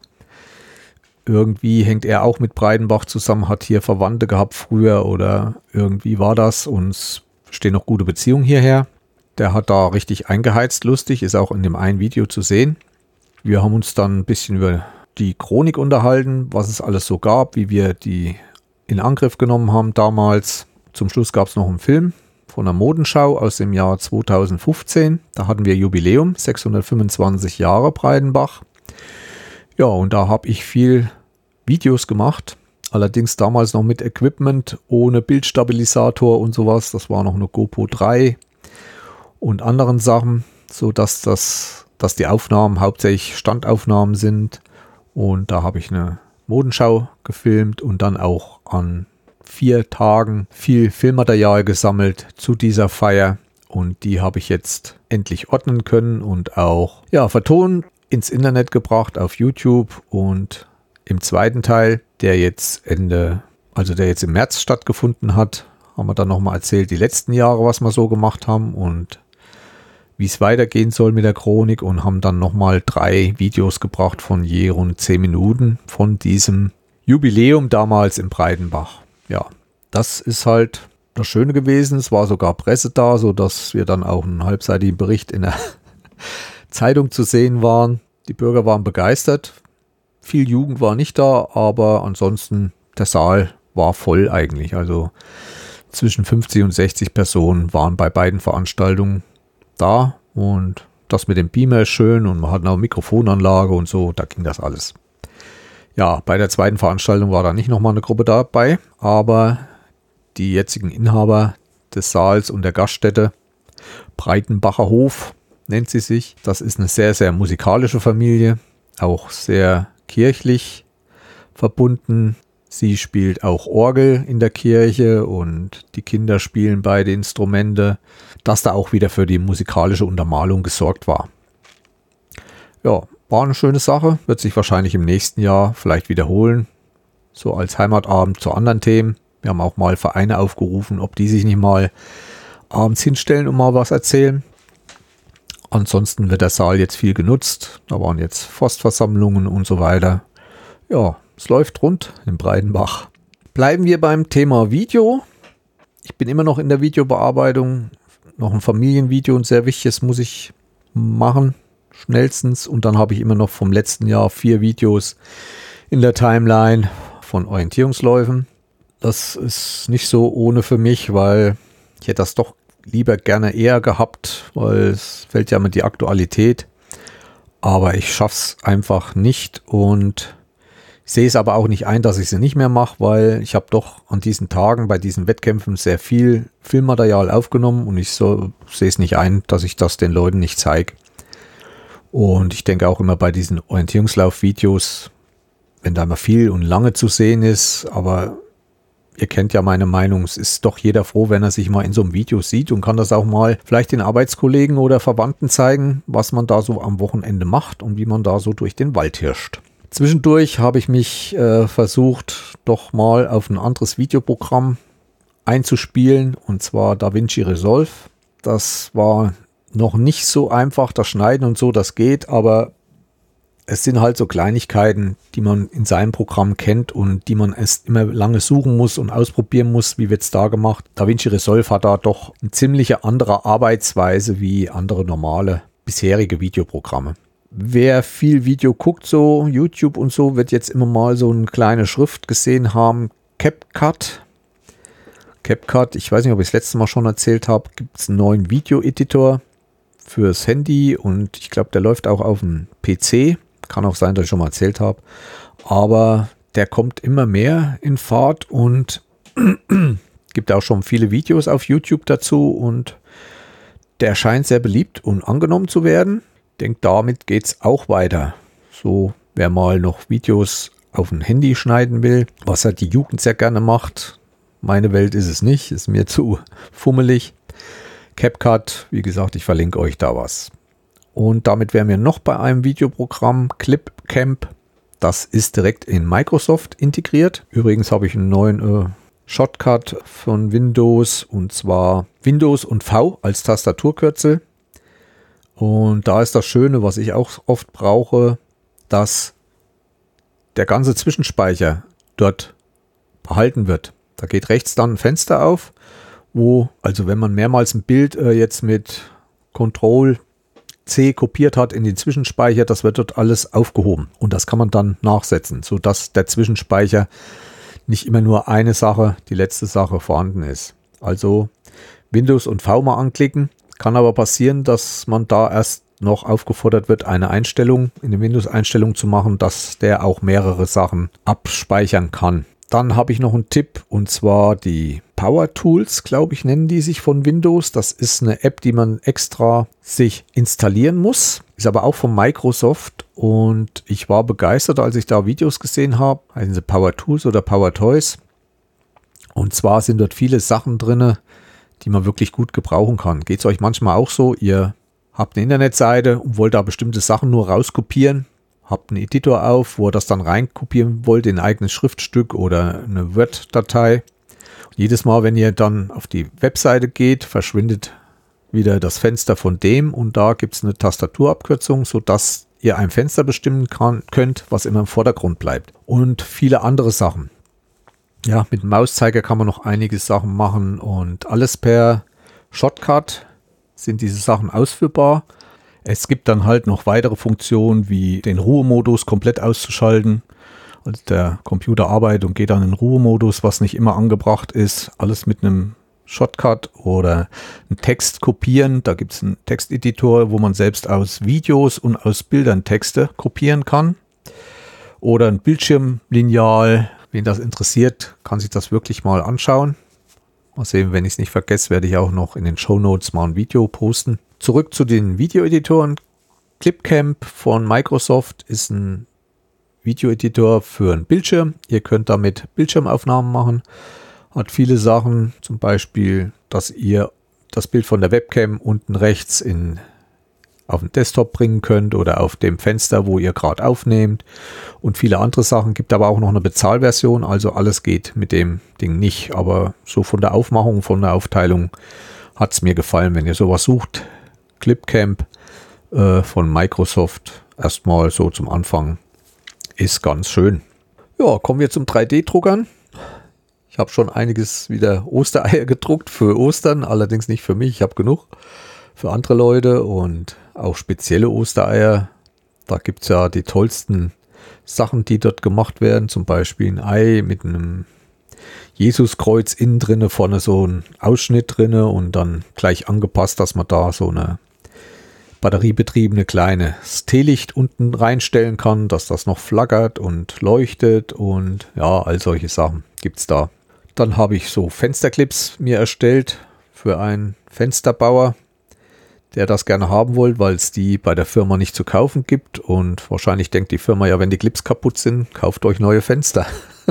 Irgendwie hängt er auch mit Breidenbach zusammen, hat hier Verwandte gehabt früher oder irgendwie war das und es stehen noch gute Beziehungen hierher. Der hat da richtig eingeheizt, lustig, ist auch in dem einen Video zu sehen. Wir haben uns dann ein bisschen über die Chronik unterhalten, was es alles so gab, wie wir die in Angriff genommen haben damals. Zum Schluss gab es noch einen Film von einer Modenschau aus dem Jahr zweitausendfünfzehn. Da hatten wir Jubiläum, sechshundertfünfundzwanzig Jahre Breidenbach. Ja, und da habe ich viel Videos gemacht. Allerdings damals noch mit Equipment, ohne Bildstabilisator und sowas. Das war noch eine GoPro drei und anderen Sachen, sodass das, dass die Aufnahmen hauptsächlich Standaufnahmen sind. Und da habe ich eine Modenschau gefilmt und dann auch an vier Tagen viel Filmmaterial gesammelt zu dieser Feier. Und die habe ich jetzt endlich ordnen können und auch ja, vertonen, ins Internet gebracht auf YouTube. Und im zweiten Teil, der jetzt Ende, also der jetzt im März stattgefunden hat, haben wir dann nochmal erzählt, die letzten Jahre, was wir so gemacht haben und wie es weitergehen soll mit der Chronik, und haben dann nochmal drei Videos gebracht von je rund zehn Minuten von diesem Jubiläum damals im Breidenbach. Ja, das ist halt das Schöne gewesen. Es war sogar Presse da, sodass wir dann auch einen halbseitigen Bericht in der Zeitung zu sehen waren. Die Bürger waren begeistert. Viel Jugend war nicht da, aber ansonsten der Saal war voll eigentlich. Also zwischen fünfzig und sechzig Personen waren bei beiden Veranstaltungen da, und das mit dem Beamer ist schön und man hat eine Mikrofonanlage und so, da ging das alles. Ja, bei der zweiten Veranstaltung war da nicht nochmal eine Gruppe dabei, aber die jetzigen Inhaber des Saals und der Gaststätte, Breitenbacher Hof nennt sie sich, das ist eine sehr, sehr musikalische Familie, auch sehr kirchlich verbunden. Sie spielt auch Orgel in der Kirche und die Kinder spielen beide Instrumente, dass da auch wieder für die musikalische Untermalung gesorgt war. Ja, war eine schöne Sache, wird sich wahrscheinlich im nächsten Jahr vielleicht wiederholen, so als Heimatabend zu anderen Themen. Wir haben auch mal Vereine aufgerufen, ob die sich nicht mal abends hinstellen und mal was erzählen. Ansonsten wird der Saal jetzt viel genutzt, da waren jetzt Forstversammlungen und so weiter. Ja, es läuft rund im Breidenbach. Bleiben wir beim Thema Video. Ich bin immer noch in der Videobearbeitung. Noch ein Familienvideo, ein sehr wichtiges, muss ich machen. Schnellstens. Und dann habe ich immer noch vom letzten Jahr vier Videos in der Timeline von Orientierungsläufen. Das ist nicht so ohne für mich, weil ich hätte das doch lieber gerne eher gehabt, weil es fällt ja mit die Aktualität. Aber ich schaffe es einfach nicht und ich sehe es aber auch nicht ein, dass ich sie nicht mehr mache, weil ich habe doch an diesen Tagen bei diesen Wettkämpfen sehr viel Filmmaterial aufgenommen und ich so, sehe es nicht ein, dass ich das den Leuten nicht zeige. Und ich denke auch immer bei diesen Orientierungslauf-Videos, wenn da immer viel und lange zu sehen ist, aber ihr kennt ja meine Meinung, es ist doch jeder froh, wenn er sich mal in so einem Video sieht und kann das auch mal vielleicht den Arbeitskollegen oder Verwandten zeigen, was man da so am Wochenende macht und wie man da so durch den Wald hirscht. Zwischendurch habe ich mich äh, versucht, doch mal auf ein anderes Videoprogramm einzuspielen, und zwar DaVinci Resolve. Das war noch nicht so einfach, das Schneiden und so, das geht, aber es sind halt so Kleinigkeiten, die man in seinem Programm kennt und die man erst immer lange suchen muss und ausprobieren muss, wie wird es da gemacht. DaVinci Resolve hat da doch eine ziemliche andere Arbeitsweise wie andere normale bisherige Videoprogramme. Wer viel Video guckt, so YouTube und so, wird jetzt immer mal so eine kleine Schrift gesehen haben. CapCut. CapCut, ich weiß nicht, ob ich es letztes Mal schon erzählt habe, gibt es einen neuen Video-Editor fürs Handy und ich glaube, der läuft auch auf dem P C. Kann auch sein, dass ich schon mal erzählt habe. Aber der kommt immer mehr in Fahrt und gibt auch schon viele Videos auf YouTube dazu und der scheint sehr beliebt und angenommen zu werden. Ich denke, damit geht es auch weiter. So, wer mal noch Videos auf ein Handy schneiden will, was halt die Jugend sehr gerne macht. Meine Welt ist es nicht, ist mir zu fummelig. CapCut, wie gesagt, ich verlinke euch da was. Und damit wären wir noch bei einem Videoprogramm, Clipcamp. Das ist direkt in Microsoft integriert. Übrigens habe ich einen neuen äh, Shortcut von Windows, und zwar Windows und V als Tastaturkürzel. Und da ist das Schöne, was ich auch oft brauche, dass der ganze Zwischenspeicher dort behalten wird. Da geht rechts dann ein Fenster auf, wo, also wenn man mehrmals ein Bild äh, jetzt mit Control C kopiert hat in den Zwischenspeicher, das wird dort alles aufgehoben. Und das kann man dann nachsetzen, sodass der Zwischenspeicher nicht immer nur eine Sache, die letzte Sache vorhanden ist. Also Windows und V mal anklicken. Kann aber passieren, dass man da erst noch aufgefordert wird, eine Einstellung in den Windows-Einstellungen zu machen, dass der auch mehrere Sachen abspeichern kann. Dann habe ich noch einen Tipp, und zwar die Power Tools, glaube ich, nennen die sich von Windows. Das ist eine App, die man extra sich installieren muss. Ist aber auch von Microsoft und ich war begeistert, als ich da Videos gesehen habe. Heißen sie Power Tools oder Power Toys. Und zwar sind dort viele Sachen drin, die man wirklich gut gebrauchen kann. Geht es euch manchmal auch so? Ihr habt eine Internetseite und wollt da bestimmte Sachen nur rauskopieren. Habt einen Editor auf, wo ihr das dann reinkopieren wollt in ein eigenes Schriftstück oder eine Word-Datei. Jedes Mal, wenn ihr dann auf die Webseite geht, verschwindet wieder das Fenster von dem und da gibt es eine Tastaturabkürzung, sodass ihr ein Fenster bestimmen kann, könnt, was immer im Vordergrund bleibt. Und viele andere Sachen. Ja, mit dem Mauszeiger kann man noch einige Sachen machen und alles per Shortcut sind diese Sachen ausführbar. Es gibt dann halt noch weitere Funktionen wie den Ruhemodus komplett auszuschalten. Also der Computer arbeitet und geht dann in Ruhemodus, was nicht immer angebracht ist. Alles mit einem Shortcut oder einen Text kopieren. Da gibt es einen Texteditor, wo man selbst aus Videos und aus Bildern Texte kopieren kann. Oder ein Bildschirmlineal. Wen das interessiert, kann sich das wirklich mal anschauen. Mal sehen, wenn ich es nicht vergesse, werde ich auch noch in den Shownotes mal ein Video posten. Zurück zu den Videoeditoren. Clipcamp von Microsoft ist ein Videoeditor für einen Bildschirm. Ihr könnt damit Bildschirmaufnahmen machen. Hat viele Sachen, zum Beispiel, dass ihr das Bild von der Webcam unten rechts in, auf den Desktop bringen könnt oder auf dem Fenster, wo ihr gerade aufnehmt. Und viele andere Sachen. Gibt aber auch noch eine Bezahlversion. Also alles geht mit dem Ding nicht. Aber so von der Aufmachung, von der Aufteilung hat es mir gefallen, wenn ihr sowas sucht. Clipcamp äh, von Microsoft erstmal so zum Anfang ist ganz schön. Ja, kommen wir zum drei D-Druckern. Ich habe schon einiges wieder Ostereier gedruckt für Ostern, allerdings nicht für mich, ich habe genug für andere Leute und auch spezielle Ostereier. Da gibt es ja die tollsten Sachen, die dort gemacht werden, zum Beispiel ein Ei mit einem Jesuskreuz innen drinne, vorne so ein Ausschnitt drinne und dann gleich angepasst, dass man da so eine batteriebetriebene kleine Teelicht unten reinstellen kann, dass das noch flackert und leuchtet und ja, all solche Sachen gibt es da. Dann habe ich so Fensterclips mir erstellt für einen Fensterbauer, der das gerne haben wollte, weil es die bei der Firma nicht zu kaufen gibt und wahrscheinlich denkt die Firma, ja, wenn die Clips kaputt sind, kauft euch neue Fenster.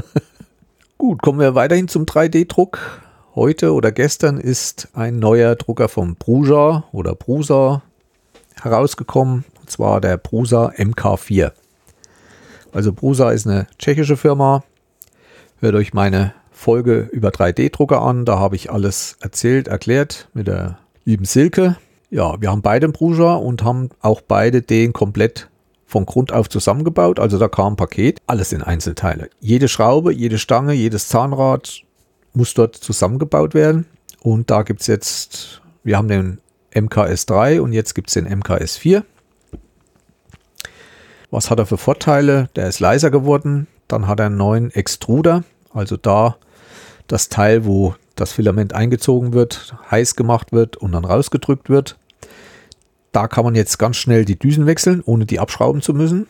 Gut, kommen wir weiterhin zum drei D-Druck. Heute oder gestern ist ein neuer Drucker vom Prusa oder Prusa herausgekommen, und zwar der Prusa M K vier. Also Prusa ist eine tschechische Firma. Hört euch meine Folge über drei D-Drucker an, da habe ich alles erzählt, erklärt mit der lieben Silke. Ja, wir haben beide einen Prusa und haben auch beide den komplett von Grund auf zusammengebaut. Also da kam ein Paket, alles in Einzelteile. Jede Schraube, jede Stange, jedes Zahnrad muss dort zusammengebaut werden. Und da gibt es jetzt, wir haben den M K S drei und jetzt gibt es den M K S vier. Was hat er für Vorteile? Der ist leiser geworden. Dann hat er einen neuen Extruder. Also da das Teil, wo das Filament eingezogen wird, heiß gemacht wird und dann rausgedrückt wird. Da kann man jetzt ganz schnell die Düsen wechseln, ohne die abschrauben zu müssen.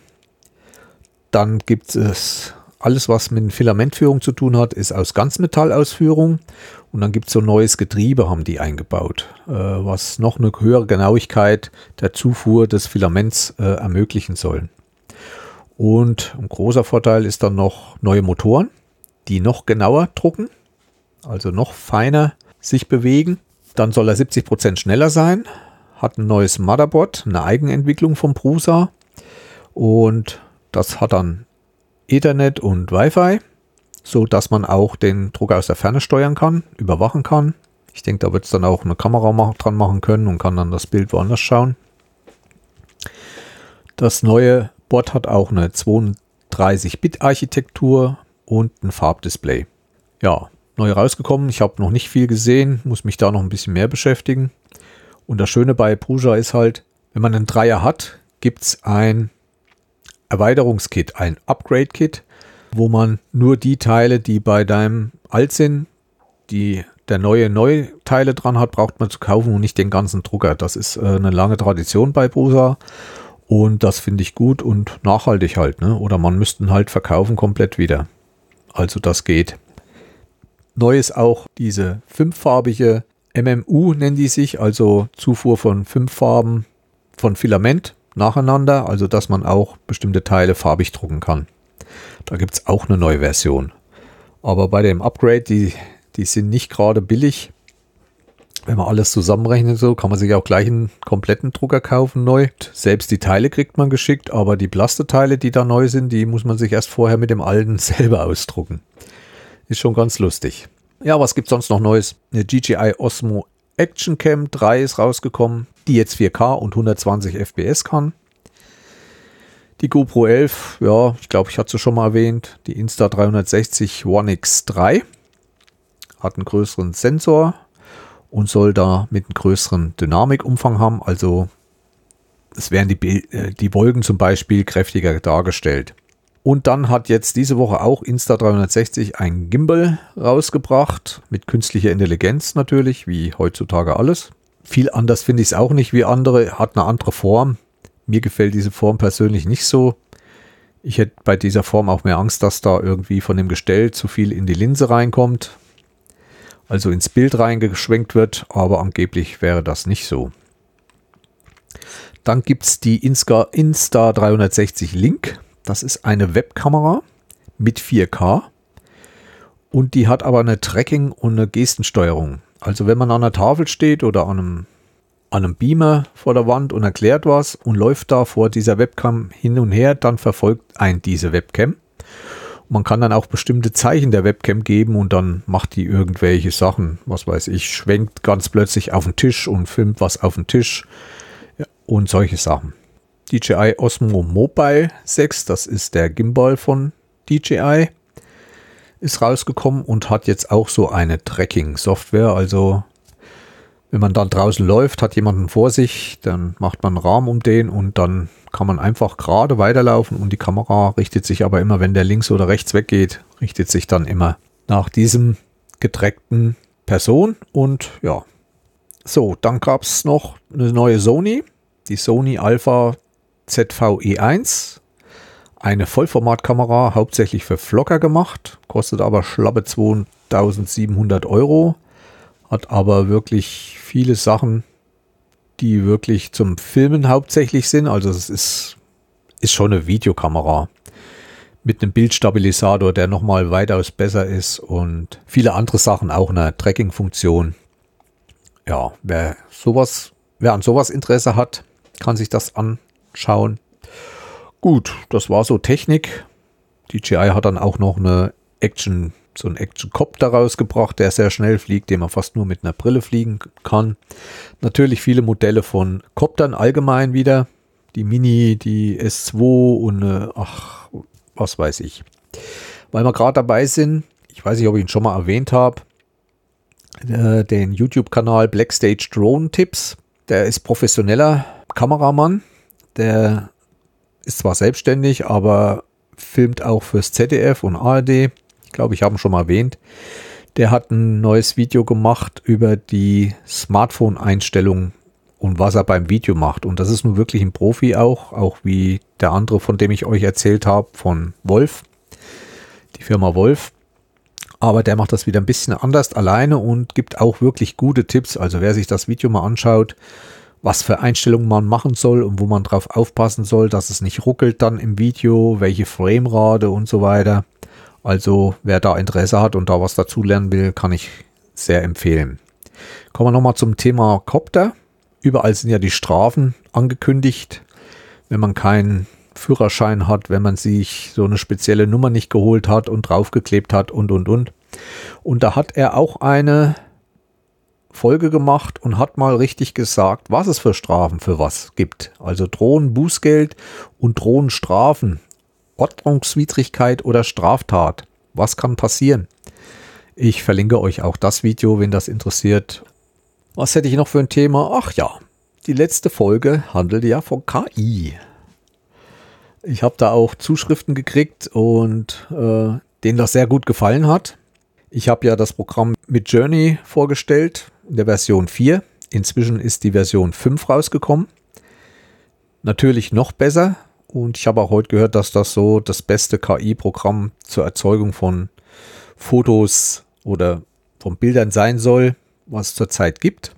Dann gibt es alles, was mit Filamentführung zu tun hat, ist aus Ganzmetallausführung. Und dann gibt es so ein neues Getriebe, haben die eingebaut, äh, was noch eine höhere Genauigkeit der Zufuhr des Filaments äh, ermöglichen soll. Und ein großer Vorteil ist dann noch neue Motoren, die noch genauer drucken, also noch feiner sich bewegen. Dann soll er siebzig Prozent schneller sein, hat ein neues Motherboard, eine Eigenentwicklung vom Prusa und das hat dann Ethernet und Wi-Fi, so dass man auch den Drucker aus der Ferne steuern kann, überwachen kann. Ich denke, da wird es dann auch eine Kamera ma- dran machen können und kann dann das Bild woanders schauen. Das neue Board hat auch eine zweiunddreißig Bit Architektur und ein Farbdisplay. Ja, neu rausgekommen. Ich habe noch nicht viel gesehen, muss mich da noch ein bisschen mehr beschäftigen. Und das Schöne bei Prusa ist halt, wenn man einen Dreier hat, gibt es ein Erweiterungskit, ein Upgrade-Kit, wo man nur die Teile, die bei deinem alt sind, die der neue Neuteile dran hat, braucht man zu kaufen und nicht den ganzen Drucker. Das ist äh, eine lange Tradition bei Prusa und das finde ich gut und nachhaltig halt, ne? Oder man müsste ihn halt verkaufen komplett wieder. Also das geht. Neu ist auch diese fünffarbige M M U, nennen die sich, also Zufuhr von fünf Farben von Filament nacheinander, also dass man auch bestimmte Teile farbig drucken kann. Da gibt es auch eine neue Version. Aber bei dem Upgrade, die, die sind nicht gerade billig. Wenn man alles zusammenrechnet, so kann man sich auch gleich einen kompletten Drucker kaufen neu. Selbst die Teile kriegt man geschickt, aber die Plasteteile, die da neu sind, die muss man sich erst vorher mit dem alten selber ausdrucken. Ist schon ganz lustig. Ja, was gibt es sonst noch Neues? Eine D J I Osmo Action Cam drei ist rausgekommen, die jetzt vier K und hundertzwanzig F P S kann. Die GoPro elf, ja, ich glaube, ich hatte sie schon mal erwähnt. Die Insta dreihundertsechzig One X drei hat einen größeren Sensor und soll da mit einem größeren Dynamikumfang haben. Also es werden die, die Wolken zum Beispiel kräftiger dargestellt. Und dann hat jetzt diese Woche auch Insta dreihundertsechzig ein Gimbal rausgebracht, mit künstlicher Intelligenz natürlich, wie heutzutage alles. Viel anders finde ich es auch nicht wie andere, hat eine andere Form. Mir gefällt diese Form persönlich nicht so. Ich hätte bei dieser Form auch mehr Angst, dass da irgendwie von dem Gestell zu viel in die Linse reinkommt. Also ins Bild reingeschwenkt wird, aber angeblich wäre das nicht so. Dann gibt es die Insta, Insta dreihundertsechzig Link. Das ist eine Webkamera mit vier K und die hat aber eine Tracking- und eine Gestensteuerung. Also wenn man an einer Tafel steht oder an einem, an einem Beamer vor der Wand und erklärt was und läuft da vor dieser Webcam hin und her, dann verfolgt einen diese Webcam. Man kann dann auch bestimmte Zeichen der Webcam geben und dann macht die irgendwelche Sachen, was weiß ich, schwenkt ganz plötzlich auf den Tisch und filmt was auf den Tisch, ja, und solche Sachen. D J I Osmo Mobile sechs, das ist der Gimbal von D J I, ist rausgekommen und hat jetzt auch so eine Tracking-Software. Also wenn man dann draußen läuft, hat jemanden vor sich, dann macht man einen Rahmen um den und dann kann man einfach gerade weiterlaufen und die Kamera richtet sich aber immer, wenn der links oder rechts weggeht, richtet sich dann immer nach diesem getrackten Person. Und ja, so, dann gab es noch eine neue Sony, die Sony Alpha Z V E eins, eine Vollformatkamera, hauptsächlich für Vlogger gemacht, kostet aber schlappe zweitausendsiebenhundert Euro, hat aber wirklich viele Sachen, die wirklich zum Filmen hauptsächlich sind. Also es ist, ist schon eine Videokamera mit einem Bildstabilisator, der nochmal weitaus besser ist und viele andere Sachen, auch eine Tracking-Funktion. Ja, wer sowas, wer an sowas Interesse hat, kann sich das anschauen. Gut, das war so Technik. D J I hat dann auch noch eine Action, so einen Action-Copter rausgebracht, der sehr schnell fliegt, den man fast nur mit einer Brille fliegen kann. Natürlich viele Modelle von Coptern allgemein wieder. Die Mini, die S zwei und äh, ach, was weiß ich. Weil wir gerade dabei sind, ich weiß nicht, ob ich ihn schon mal erwähnt habe, äh, den YouTube-Kanal Blackstage Drone Tipps. Der ist professioneller Kameramann. Der ist zwar selbstständig, aber filmt auch fürs Z D F und A R D. Ich glaube, ich habe ihn schon mal erwähnt. Der hat ein neues Video gemacht über die Smartphone-Einstellungen und was er beim Video macht. Und das ist nun wirklich ein Profi auch, auch wie der andere, von dem ich euch erzählt habe, von Wolf, die Firma Wolf. Aber der macht das wieder ein bisschen anders alleine und gibt auch wirklich gute Tipps. Also wer sich das Video mal anschaut, was für Einstellungen man machen soll und wo man drauf aufpassen soll, dass es nicht ruckelt dann im Video, welche Framerate und so weiter. Also wer da Interesse hat und da was dazu lernen will, kann ich sehr empfehlen. Kommen wir nochmal zum Thema Copter. Überall sind ja die Strafen angekündigt, wenn man keinen Führerschein hat, wenn man sich so eine spezielle Nummer nicht geholt hat und draufgeklebt hat und und und. Und da hat er auch eine Folge gemacht und hat mal richtig gesagt, was es für Strafen für was gibt. Also Drohnenbußgeld und Drohnenstrafen, Ordnungswidrigkeit oder Straftat. Was kann passieren? Ich verlinke euch auch das Video, wenn das interessiert. Was hätte ich noch für ein Thema? Ach ja, die letzte Folge handelt ja von K I. Ich habe da auch Zuschriften gekriegt und äh, denen das sehr gut gefallen hat. Ich habe ja das Programm Midjourney vorgestellt in der Version vier. Inzwischen ist die Version fünf rausgekommen. Natürlich noch besser. Und ich habe auch heute gehört, dass das so das beste K I-Programm zur Erzeugung von Fotos oder von Bildern sein soll, was es zurzeit gibt.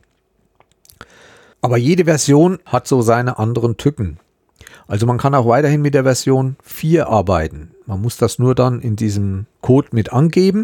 Aber jede Version hat so seine anderen Tücken. Also man kann auch weiterhin mit der Version vier arbeiten. Man muss das nur dann in diesem Code mit angeben.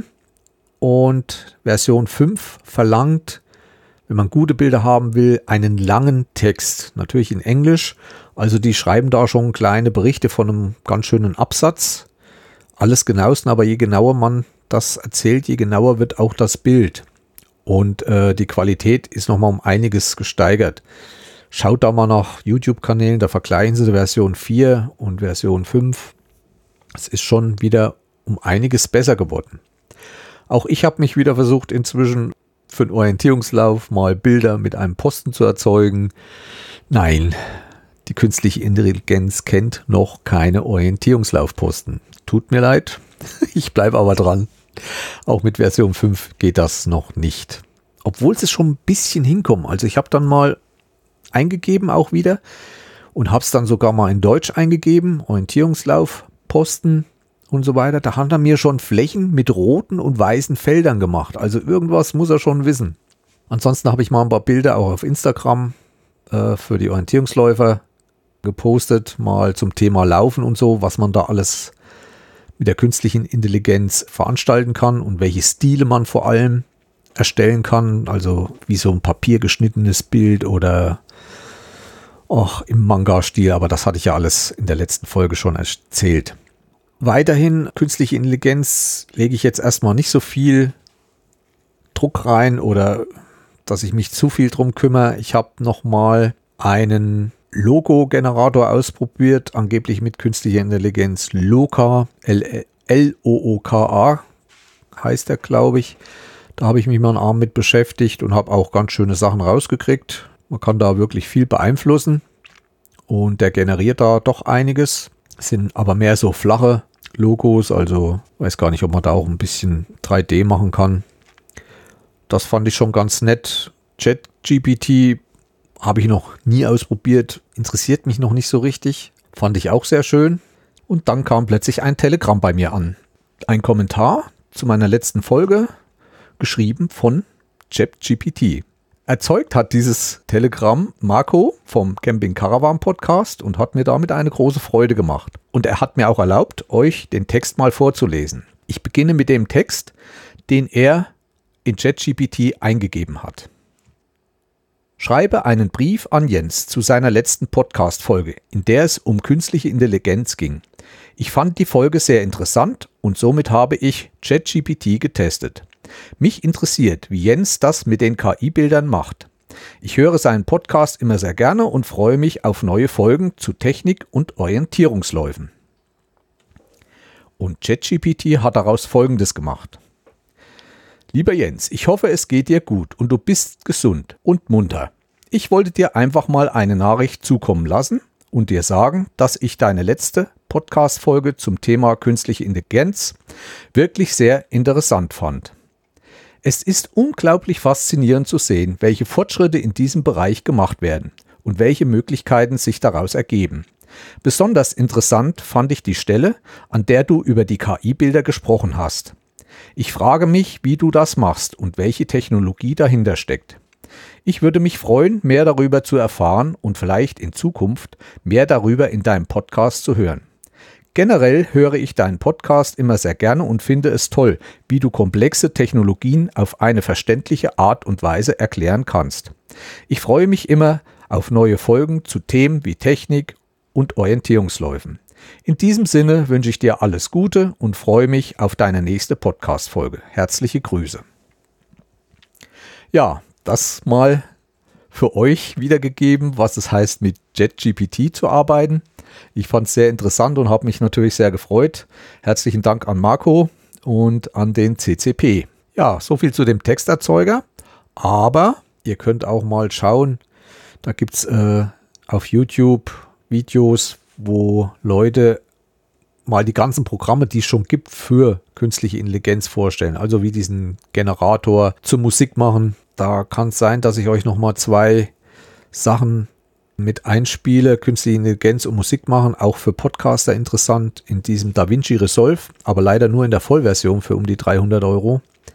Und Version fünf verlangt, wenn man gute Bilder haben will, einen langen Text. Natürlich in Englisch. Also die schreiben da schon kleine Berichte von einem ganz schönen Absatz. Alles genauestens, aber je genauer man das erzählt, je genauer wird auch das Bild. Und äh, die Qualität ist nochmal um einiges gesteigert. Schaut da mal nach YouTube-Kanälen, da vergleichen Sie die Version vier und Version fünf. Es ist schon wieder um einiges besser geworden. Auch ich habe mich wieder versucht, inzwischen für einen Orientierungslauf mal Bilder mit einem Posten zu erzeugen. Nein, die künstliche Intelligenz kennt noch keine Orientierungslaufposten. Tut mir leid, ich bleibe aber dran. Auch mit Version fünf geht das noch nicht. Obwohl es schon ein bisschen hinkommt. Also ich habe dann mal eingegeben auch wieder und habe es dann sogar mal in Deutsch eingegeben, Orientierungslaufposten und so weiter. Da hat er mir schon Flächen mit roten und weißen Feldern gemacht. Also irgendwas muss er schon wissen. Ansonsten habe ich mal ein paar Bilder auch auf Instagram äh, für die Orientierungsläufer gepostet, mal zum Thema Laufen und so, was man da alles mit der künstlichen Intelligenz veranstalten kann und welche Stile man vor allem erstellen kann. Also wie so ein papiergeschnittenes Bild oder auch im Manga-Stil, aber das hatte ich ja alles in der letzten Folge schon erzählt. Weiterhin künstliche Intelligenz lege ich jetzt erstmal nicht so viel Druck rein oder dass ich mich zu viel drum kümmere. Ich habe nochmal einen Logo-Generator ausprobiert, angeblich mit künstlicher Intelligenz. Loka, L O O K A heißt der, glaube ich. Da habe ich mich mal einen Abend mit beschäftigt und habe auch ganz schöne Sachen rausgekriegt. Man kann da wirklich viel beeinflussen und der generiert da doch einiges. Es sind aber mehr so flache Logos, also weiß gar nicht, ob man da auch ein bisschen drei D machen kann. Das fand ich schon ganz nett. ChatGPT habe ich noch nie ausprobiert, interessiert mich noch nicht so richtig. Fand ich auch sehr schön. Und dann kam plötzlich ein Telegramm bei mir an. Ein Kommentar zu meiner letzten Folge, geschrieben von ChatGPT. Erzeugt hat dieses Telegramm Marco vom Camping Caravan Podcast und hat mir damit eine große Freude gemacht. Und er hat mir auch erlaubt, euch den Text mal vorzulesen. Ich beginne mit dem Text, den er in ChatGPT eingegeben hat. Schreibe einen Brief an Jens zu seiner letzten Podcast-Folge, in der es um künstliche Intelligenz ging. Ich fand die Folge sehr interessant und somit habe ich ChatGPT getestet. Mich interessiert, wie Jens das mit den K I-Bildern macht. Ich höre seinen Podcast immer sehr gerne und freue mich auf neue Folgen zu Technik und Orientierungsläufen. Und ChatGPT hat daraus Folgendes gemacht. Lieber Jens, ich hoffe, es geht dir gut und du bist gesund und munter. Ich wollte dir einfach mal eine Nachricht zukommen lassen und dir sagen, dass ich deine letzte Podcast-Folge zum Thema künstliche Intelligenz wirklich sehr interessant fand. Es ist unglaublich faszinierend zu sehen, welche Fortschritte in diesem Bereich gemacht werden und welche Möglichkeiten sich daraus ergeben. Besonders interessant fand ich die Stelle, an der du über die K I-Bilder gesprochen hast. Ich frage mich, wie du das machst und welche Technologie dahinter steckt. Ich würde mich freuen, mehr darüber zu erfahren und vielleicht in Zukunft mehr darüber in deinem Podcast zu hören. Generell höre ich deinen Podcast immer sehr gerne und finde es toll, wie du komplexe Technologien auf eine verständliche Art und Weise erklären kannst. Ich freue mich immer auf neue Folgen zu Themen wie Technik und Orientierungsläufen. In diesem Sinne wünsche ich dir alles Gute und freue mich auf deine nächste Podcast-Folge. Herzliche Grüße. Ja, das mal für euch wiedergegeben, was es heißt, mit ChatGPT zu arbeiten. Ich fand es sehr interessant und habe mich natürlich sehr gefreut. Herzlichen Dank an Marco und an den C C P. Ja, so viel zu dem Texterzeuger. Aber ihr könnt auch mal schauen, da gibt es äh, auf YouTube Videos, wo Leute mal die ganzen Programme, die es schon gibt, für künstliche Intelligenz vorstellen. Also wie diesen Generator zur Musik machen. Da kann es sein, dass ich euch nochmal zwei Sachen mit einspiele. Künstliche Intelligenz und Musik machen, auch für Podcaster interessant, in diesem DaVinci Resolve, aber leider nur in der Vollversion für um die dreihundert Euro.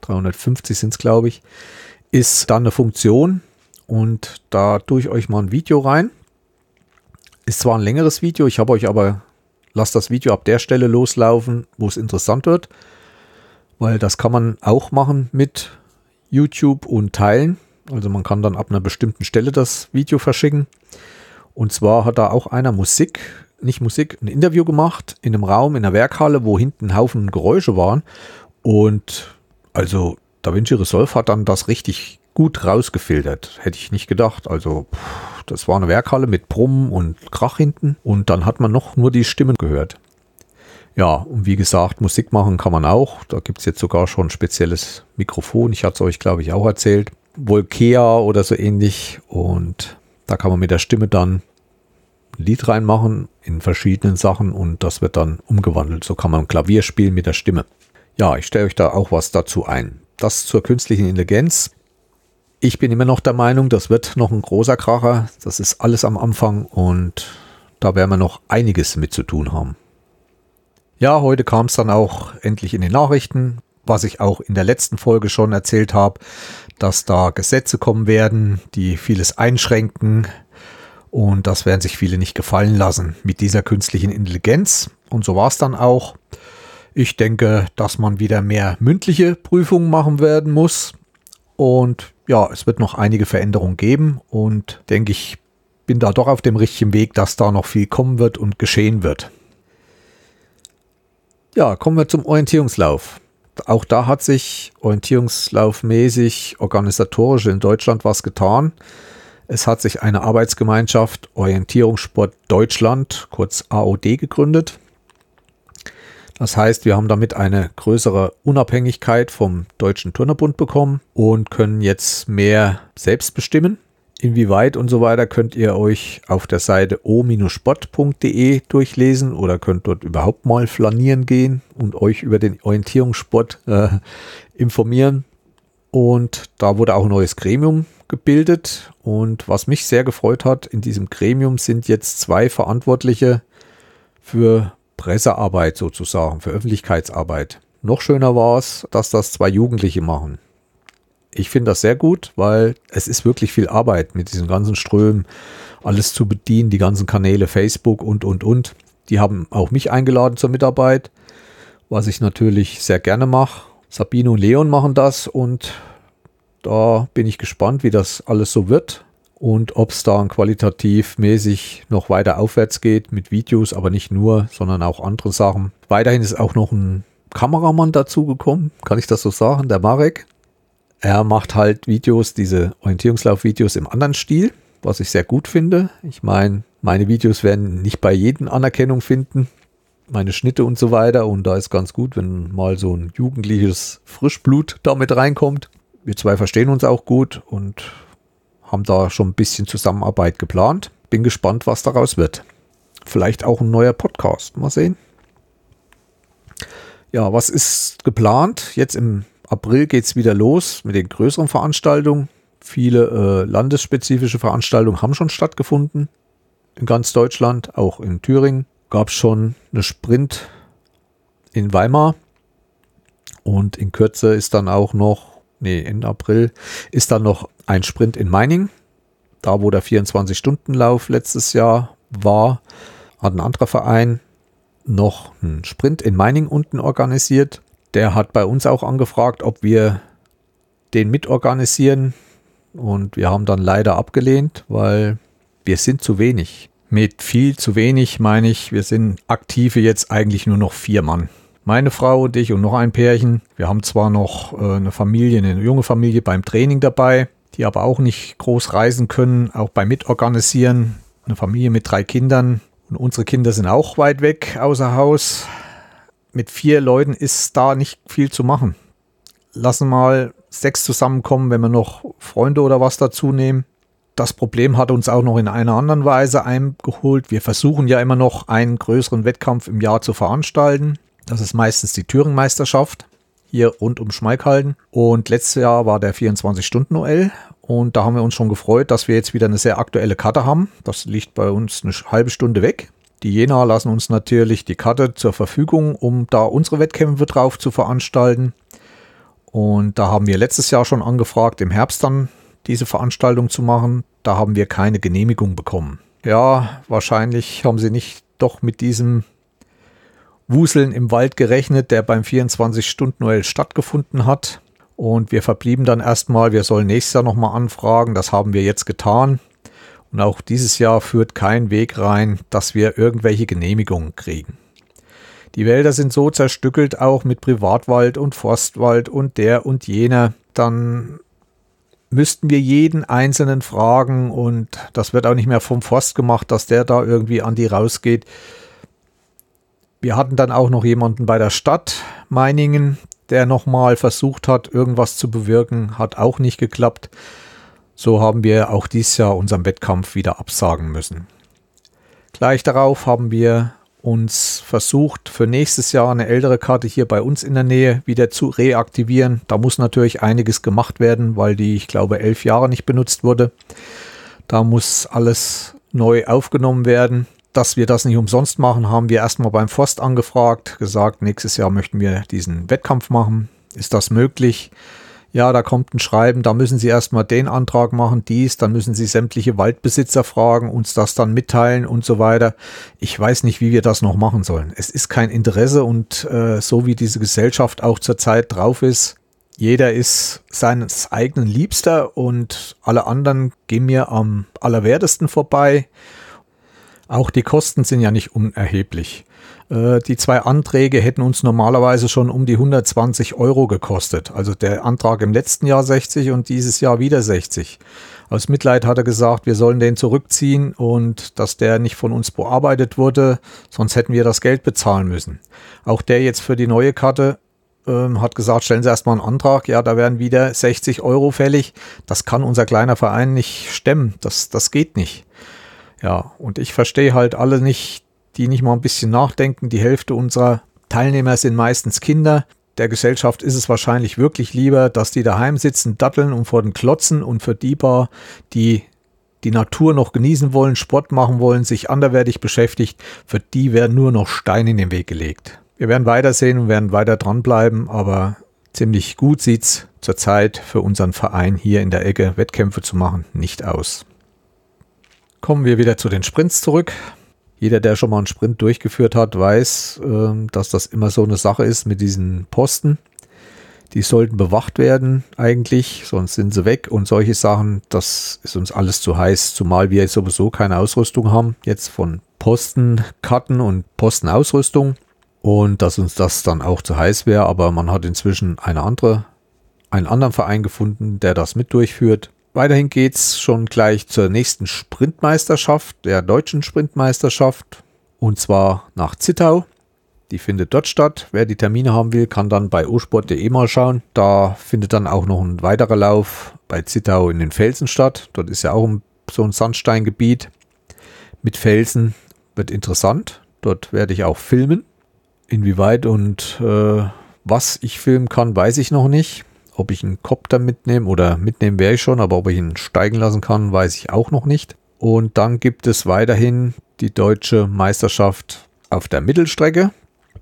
dreihundertfünfzig sind es, glaube ich, ist dann eine Funktion und da tue ich euch mal ein Video rein. Ist zwar ein längeres Video, ich habe euch aber, lasst das Video ab der Stelle loslaufen, wo es interessant wird, weil das kann man auch machen mit YouTube und teilen. Also man kann dann ab einer bestimmten Stelle das Video verschicken. Und zwar hat da auch einer Musik, nicht Musik, ein Interview gemacht in einem Raum, in einer Werkhalle, wo hinten ein Haufen Geräusche waren. Und also DaVinci Resolve hat dann das richtig gut rausgefiltert. Hätte ich nicht gedacht. Also pff, das war eine Werkhalle mit Brummen und Krach hinten. Und dann hat man noch nur die Stimmen gehört. Ja, und wie gesagt, Musik machen kann man auch. Da gibt es jetzt sogar schon ein spezielles Mikrofon. Ich hatte es euch, glaube ich, auch erzählt. Volkea oder so ähnlich. Und da kann man mit der Stimme dann ein Lied reinmachen in verschiedenen Sachen. Und das wird dann umgewandelt. So kann man Klavier spielen mit der Stimme. Ja, ich stelle euch da auch was dazu ein. Das zur künstlichen Intelligenz. Ich bin immer noch der Meinung, das wird noch ein großer Kracher. Das ist alles am Anfang und da werden wir noch einiges mit zu tun haben. Ja, heute kam es dann auch endlich in den Nachrichten, was ich auch in der letzten Folge schon erzählt habe, dass da Gesetze kommen werden, die vieles einschränken und das werden sich viele nicht gefallen lassen mit dieser künstlichen Intelligenz. Und so war es dann auch. Ich denke, dass man wieder mehr mündliche Prüfungen machen werden muss und ja, es wird noch einige Veränderungen geben und denke ich, bin da doch auf dem richtigen Weg, dass da noch viel kommen wird und geschehen wird. Ja, kommen wir zum Orientierungslauf. Auch da hat sich orientierungslaufmäßig, organisatorisch in Deutschland was getan. Es hat sich eine Arbeitsgemeinschaft Orientierungssport Deutschland, kurz A O D, gegründet. Das heißt, wir haben damit eine größere Unabhängigkeit vom Deutschen Turnerbund bekommen und können jetzt mehr selbst bestimmen. Inwieweit und so weiter könnt ihr euch auf der Seite o Bindestrich sport punkt de durchlesen oder könnt dort überhaupt mal flanieren gehen und euch über den Orientierungssport äh, informieren. Und da wurde auch ein neues Gremium gebildet. Und was mich sehr gefreut hat, in diesem Gremium sind jetzt zwei Verantwortliche für Pressearbeit sozusagen, für Öffentlichkeitsarbeit. Noch schöner war es, dass das zwei Jugendliche machen. Ich finde das sehr gut, weil es ist wirklich viel Arbeit mit diesen ganzen Strömen, alles zu bedienen, die ganzen Kanäle, Facebook und, und, und. Die haben auch mich eingeladen zur Mitarbeit, was ich natürlich sehr gerne mache. Sabine und Leon machen das und da bin ich gespannt, wie das alles so wird und ob es da qualitativ mäßig noch weiter aufwärts geht mit Videos, aber nicht nur, sondern auch andere Sachen. Weiterhin ist auch noch ein Kameramann dazugekommen, kann ich das so sagen, der Marek. Er macht halt Videos, diese Orientierungslauf-Videos im anderen Stil, was ich sehr gut finde. Ich meine, meine Videos werden nicht bei jedem Anerkennung finden, meine Schnitte und so weiter. Und da ist ganz gut, wenn mal so ein jugendliches Frischblut damit reinkommt. Wir zwei verstehen uns auch gut und haben da schon ein bisschen Zusammenarbeit geplant. Bin gespannt, was daraus wird. Vielleicht auch ein neuer Podcast. Mal sehen. Ja, was ist geplant? Jetzt im April geht es wieder los mit den größeren Veranstaltungen. Viele äh, landesspezifische Veranstaltungen haben schon stattgefunden. In ganz Deutschland, auch in Thüringen. Gab es schon eine Sprint in Weimar. Und in Kürze ist dann auch noch, nee, Ende April, ist dann noch ein Sprint in Meiningen. Da, wo der vierundzwanzig-Stunden-Lauf letztes Jahr war, hat ein anderer Verein noch einen Sprint in Meiningen unten organisiert. Der hat bei uns auch angefragt, ob wir den mitorganisieren und wir haben dann leider abgelehnt, weil wir sind zu wenig. Mit viel zu wenig meine ich, wir sind aktive jetzt eigentlich nur noch vier Mann. Meine Frau und ich und noch ein Pärchen. Wir haben zwar noch äh, eine Familie, eine junge Familie beim Training dabei, die aber auch nicht groß reisen können, auch beim Mitorganisieren. Eine Familie mit drei Kindern und unsere Kinder sind auch weit weg außer Haus. Mit vier Leuten ist da nicht viel zu machen. Lassen mal sechs zusammenkommen, wenn wir noch Freunde oder was dazu nehmen. Das Problem hat uns auch noch in einer anderen Weise eingeholt. Wir versuchen ja immer noch einen größeren Wettkampf im Jahr zu veranstalten. Das ist meistens die Thüringen-Meisterschaft hier rund um Schmalkalden. Und letztes Jahr war der vierundzwanzig-Stunden-O L. Und da haben wir uns schon gefreut, dass wir jetzt wieder eine sehr aktuelle Karte haben. Das liegt bei uns eine halbe Stunde weg. Die Jena lassen uns natürlich die Karte zur Verfügung, um da unsere Wettkämpfe drauf zu veranstalten. Und da haben wir letztes Jahr schon angefragt, im Herbst dann diese Veranstaltung zu machen. Da haben wir keine Genehmigung bekommen. Ja, wahrscheinlich haben sie nicht doch mit diesem Wuseln im Wald gerechnet, der beim vierundzwanzig-Stunden-Duell stattgefunden hat. Und wir verblieben dann erstmal, wir sollen nächstes Jahr nochmal anfragen. Das haben wir jetzt getan. Und auch dieses Jahr führt kein Weg rein, dass wir irgendwelche Genehmigungen kriegen. Die Wälder sind so zerstückelt, auch mit Privatwald und Forstwald und der und jener. Dann müssten wir jeden Einzelnen fragen und das wird auch nicht mehr vom Forst gemacht, dass der da irgendwie an die rausgeht. Wir hatten dann auch noch jemanden bei der Stadt Meiningen, der nochmal versucht hat, irgendwas zu bewirken, hat auch nicht geklappt. So haben wir auch dieses Jahr unseren Wettkampf wieder absagen müssen. Gleich darauf haben wir uns versucht, für nächstes Jahr eine ältere Karte hier bei uns in der Nähe wieder zu reaktivieren. Da muss natürlich einiges gemacht werden, weil die, ich glaube, elf Jahre nicht benutzt wurde. Da muss alles neu aufgenommen werden. Dass wir das nicht umsonst machen, haben wir erstmal beim Forst angefragt, gesagt, nächstes Jahr möchten wir diesen Wettkampf machen. Ist das möglich? Ja, da kommt ein Schreiben, da müssen Sie erstmal den Antrag machen, dies, dann müssen Sie sämtliche Waldbesitzer fragen, uns das dann mitteilen und so weiter. Ich weiß nicht, wie wir das noch machen sollen. Es ist kein Interesse und äh, so wie diese Gesellschaft auch zurzeit drauf ist, jeder ist seines eigenen Liebster und alle anderen gehen mir am allerwertesten vorbei. Auch die Kosten sind ja nicht unerheblich. Äh, die zwei Anträge hätten uns normalerweise schon um die hundertzwanzig Euro gekostet. Also der Antrag im letzten Jahr sechzig und dieses Jahr wieder sechzig. Aus Mitleid hat er gesagt, wir sollen den zurückziehen und dass der nicht von uns bearbeitet wurde, sonst hätten wir das Geld bezahlen müssen. Auch der jetzt für die neue Karte ähm, hat gesagt, stellen Sie erstmal einen Antrag. Ja, da werden wieder sechzig Euro fällig. Das kann unser kleiner Verein nicht stemmen. Das, das geht nicht. Ja, und ich verstehe halt alle nicht, die nicht mal ein bisschen nachdenken. Die Hälfte unserer Teilnehmer sind meistens Kinder. Der Gesellschaft ist es wahrscheinlich wirklich lieber, dass die daheim sitzen, datteln und vor den Klotzen und für die paar, die die Natur noch genießen wollen, Sport machen wollen, sich anderweitig beschäftigt, für die werden nur noch Steine in den Weg gelegt. Wir werden weitersehen und werden weiter dranbleiben, aber ziemlich gut sieht's zurzeit für unseren Verein hier in der Ecke Wettkämpfe zu machen nicht aus. Kommen wir wieder zu den Sprints zurück. Jeder, der schon mal einen Sprint durchgeführt hat, weiß, äh, dass das immer so eine Sache ist mit diesen Posten. Die sollten bewacht werden eigentlich, sonst sind sie weg und solche Sachen, das ist uns alles zu heiß, zumal wir sowieso keine Ausrüstung haben, jetzt von Postenkarten und Postenausrüstung und dass uns das dann auch zu heiß wäre, aber man hat inzwischen eine andere, einen anderen Verein gefunden, der das mit durchführt. Weiterhin geht es schon gleich zur nächsten Sprintmeisterschaft, der deutschen Sprintmeisterschaft, und zwar nach Zittau. Die findet dort statt. Wer die Termine haben will, kann dann bei o sport punkt de mal schauen. Da findet dann auch noch ein weiterer Lauf bei Zittau in den Felsen statt. Dort ist ja auch so ein Sandsteingebiet mit Felsen. Wird interessant. Dort werde ich auch filmen. Inwieweit und äh, was ich filmen kann, weiß ich noch nicht. Ob ich einen Kopter mitnehme oder mitnehmen wäre ich schon, aber ob ich ihn steigen lassen kann, weiß ich auch noch nicht. Und dann gibt es weiterhin die deutsche Meisterschaft auf der Mittelstrecke.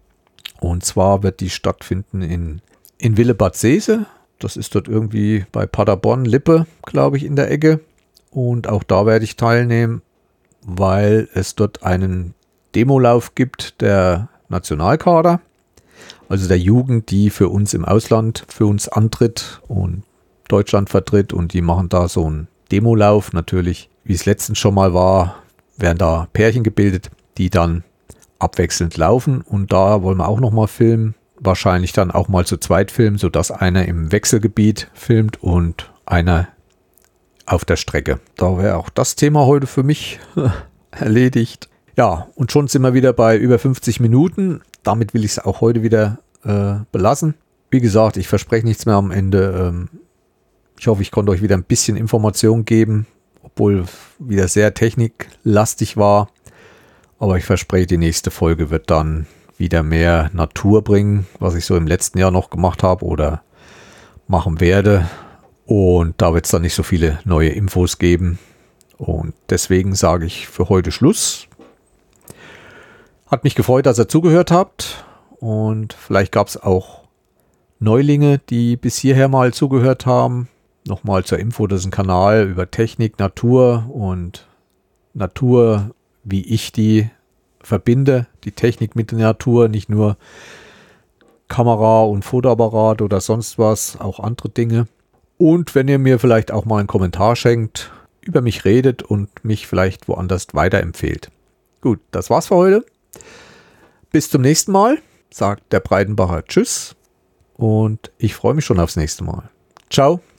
Und zwar wird die stattfinden in, in Willebad Seese. Das ist dort irgendwie bei Paderborn, Lippe, glaube ich, in der Ecke. Und auch da werde ich teilnehmen, weil es dort einen Demolauf gibt, der Nationalkader. Also der Jugend, die für uns im Ausland für uns antritt und Deutschland vertritt und die machen da so einen Demolauf. Natürlich, wie es letztens schon mal war, werden da Pärchen gebildet, die dann abwechselnd laufen und da wollen wir auch nochmal filmen. Wahrscheinlich dann auch mal zu zweit filmen, sodass einer im Wechselgebiet filmt und einer auf der Strecke. Da wäre auch das Thema heute für mich erledigt. Ja, und schon sind wir wieder bei über fünfzig Minuten. Damit will ich es auch heute wieder äh, belassen. Wie gesagt, ich verspreche nichts mehr am Ende. Ähm, ich hoffe, ich konnte euch wieder ein bisschen Information geben, obwohl wieder sehr techniklastig war. Aber ich verspreche, die nächste Folge wird dann wieder mehr Natur bringen, was ich so im letzten Jahr noch gemacht habe oder machen werde. Und da wird es dann nicht so viele neue Infos geben. Und deswegen sage ich für heute Schluss. Hat mich gefreut, dass ihr zugehört habt. Und vielleicht gab es auch Neulinge, die bis hierher mal zugehört haben. Nochmal zur Info, das ist ein Kanal über Technik, Natur und Natur, wie ich die verbinde, die Technik mit der Natur, nicht nur Kamera und Fotoapparat oder sonst was, auch andere Dinge. Und wenn ihr mir vielleicht auch mal einen Kommentar schenkt, über mich redet und mich vielleicht woanders weiterempfehlt. Gut, das war's für heute. Bis zum nächsten Mal, sagt der Breidenbacher Tschüss und ich freue mich schon aufs nächste Mal. Ciao.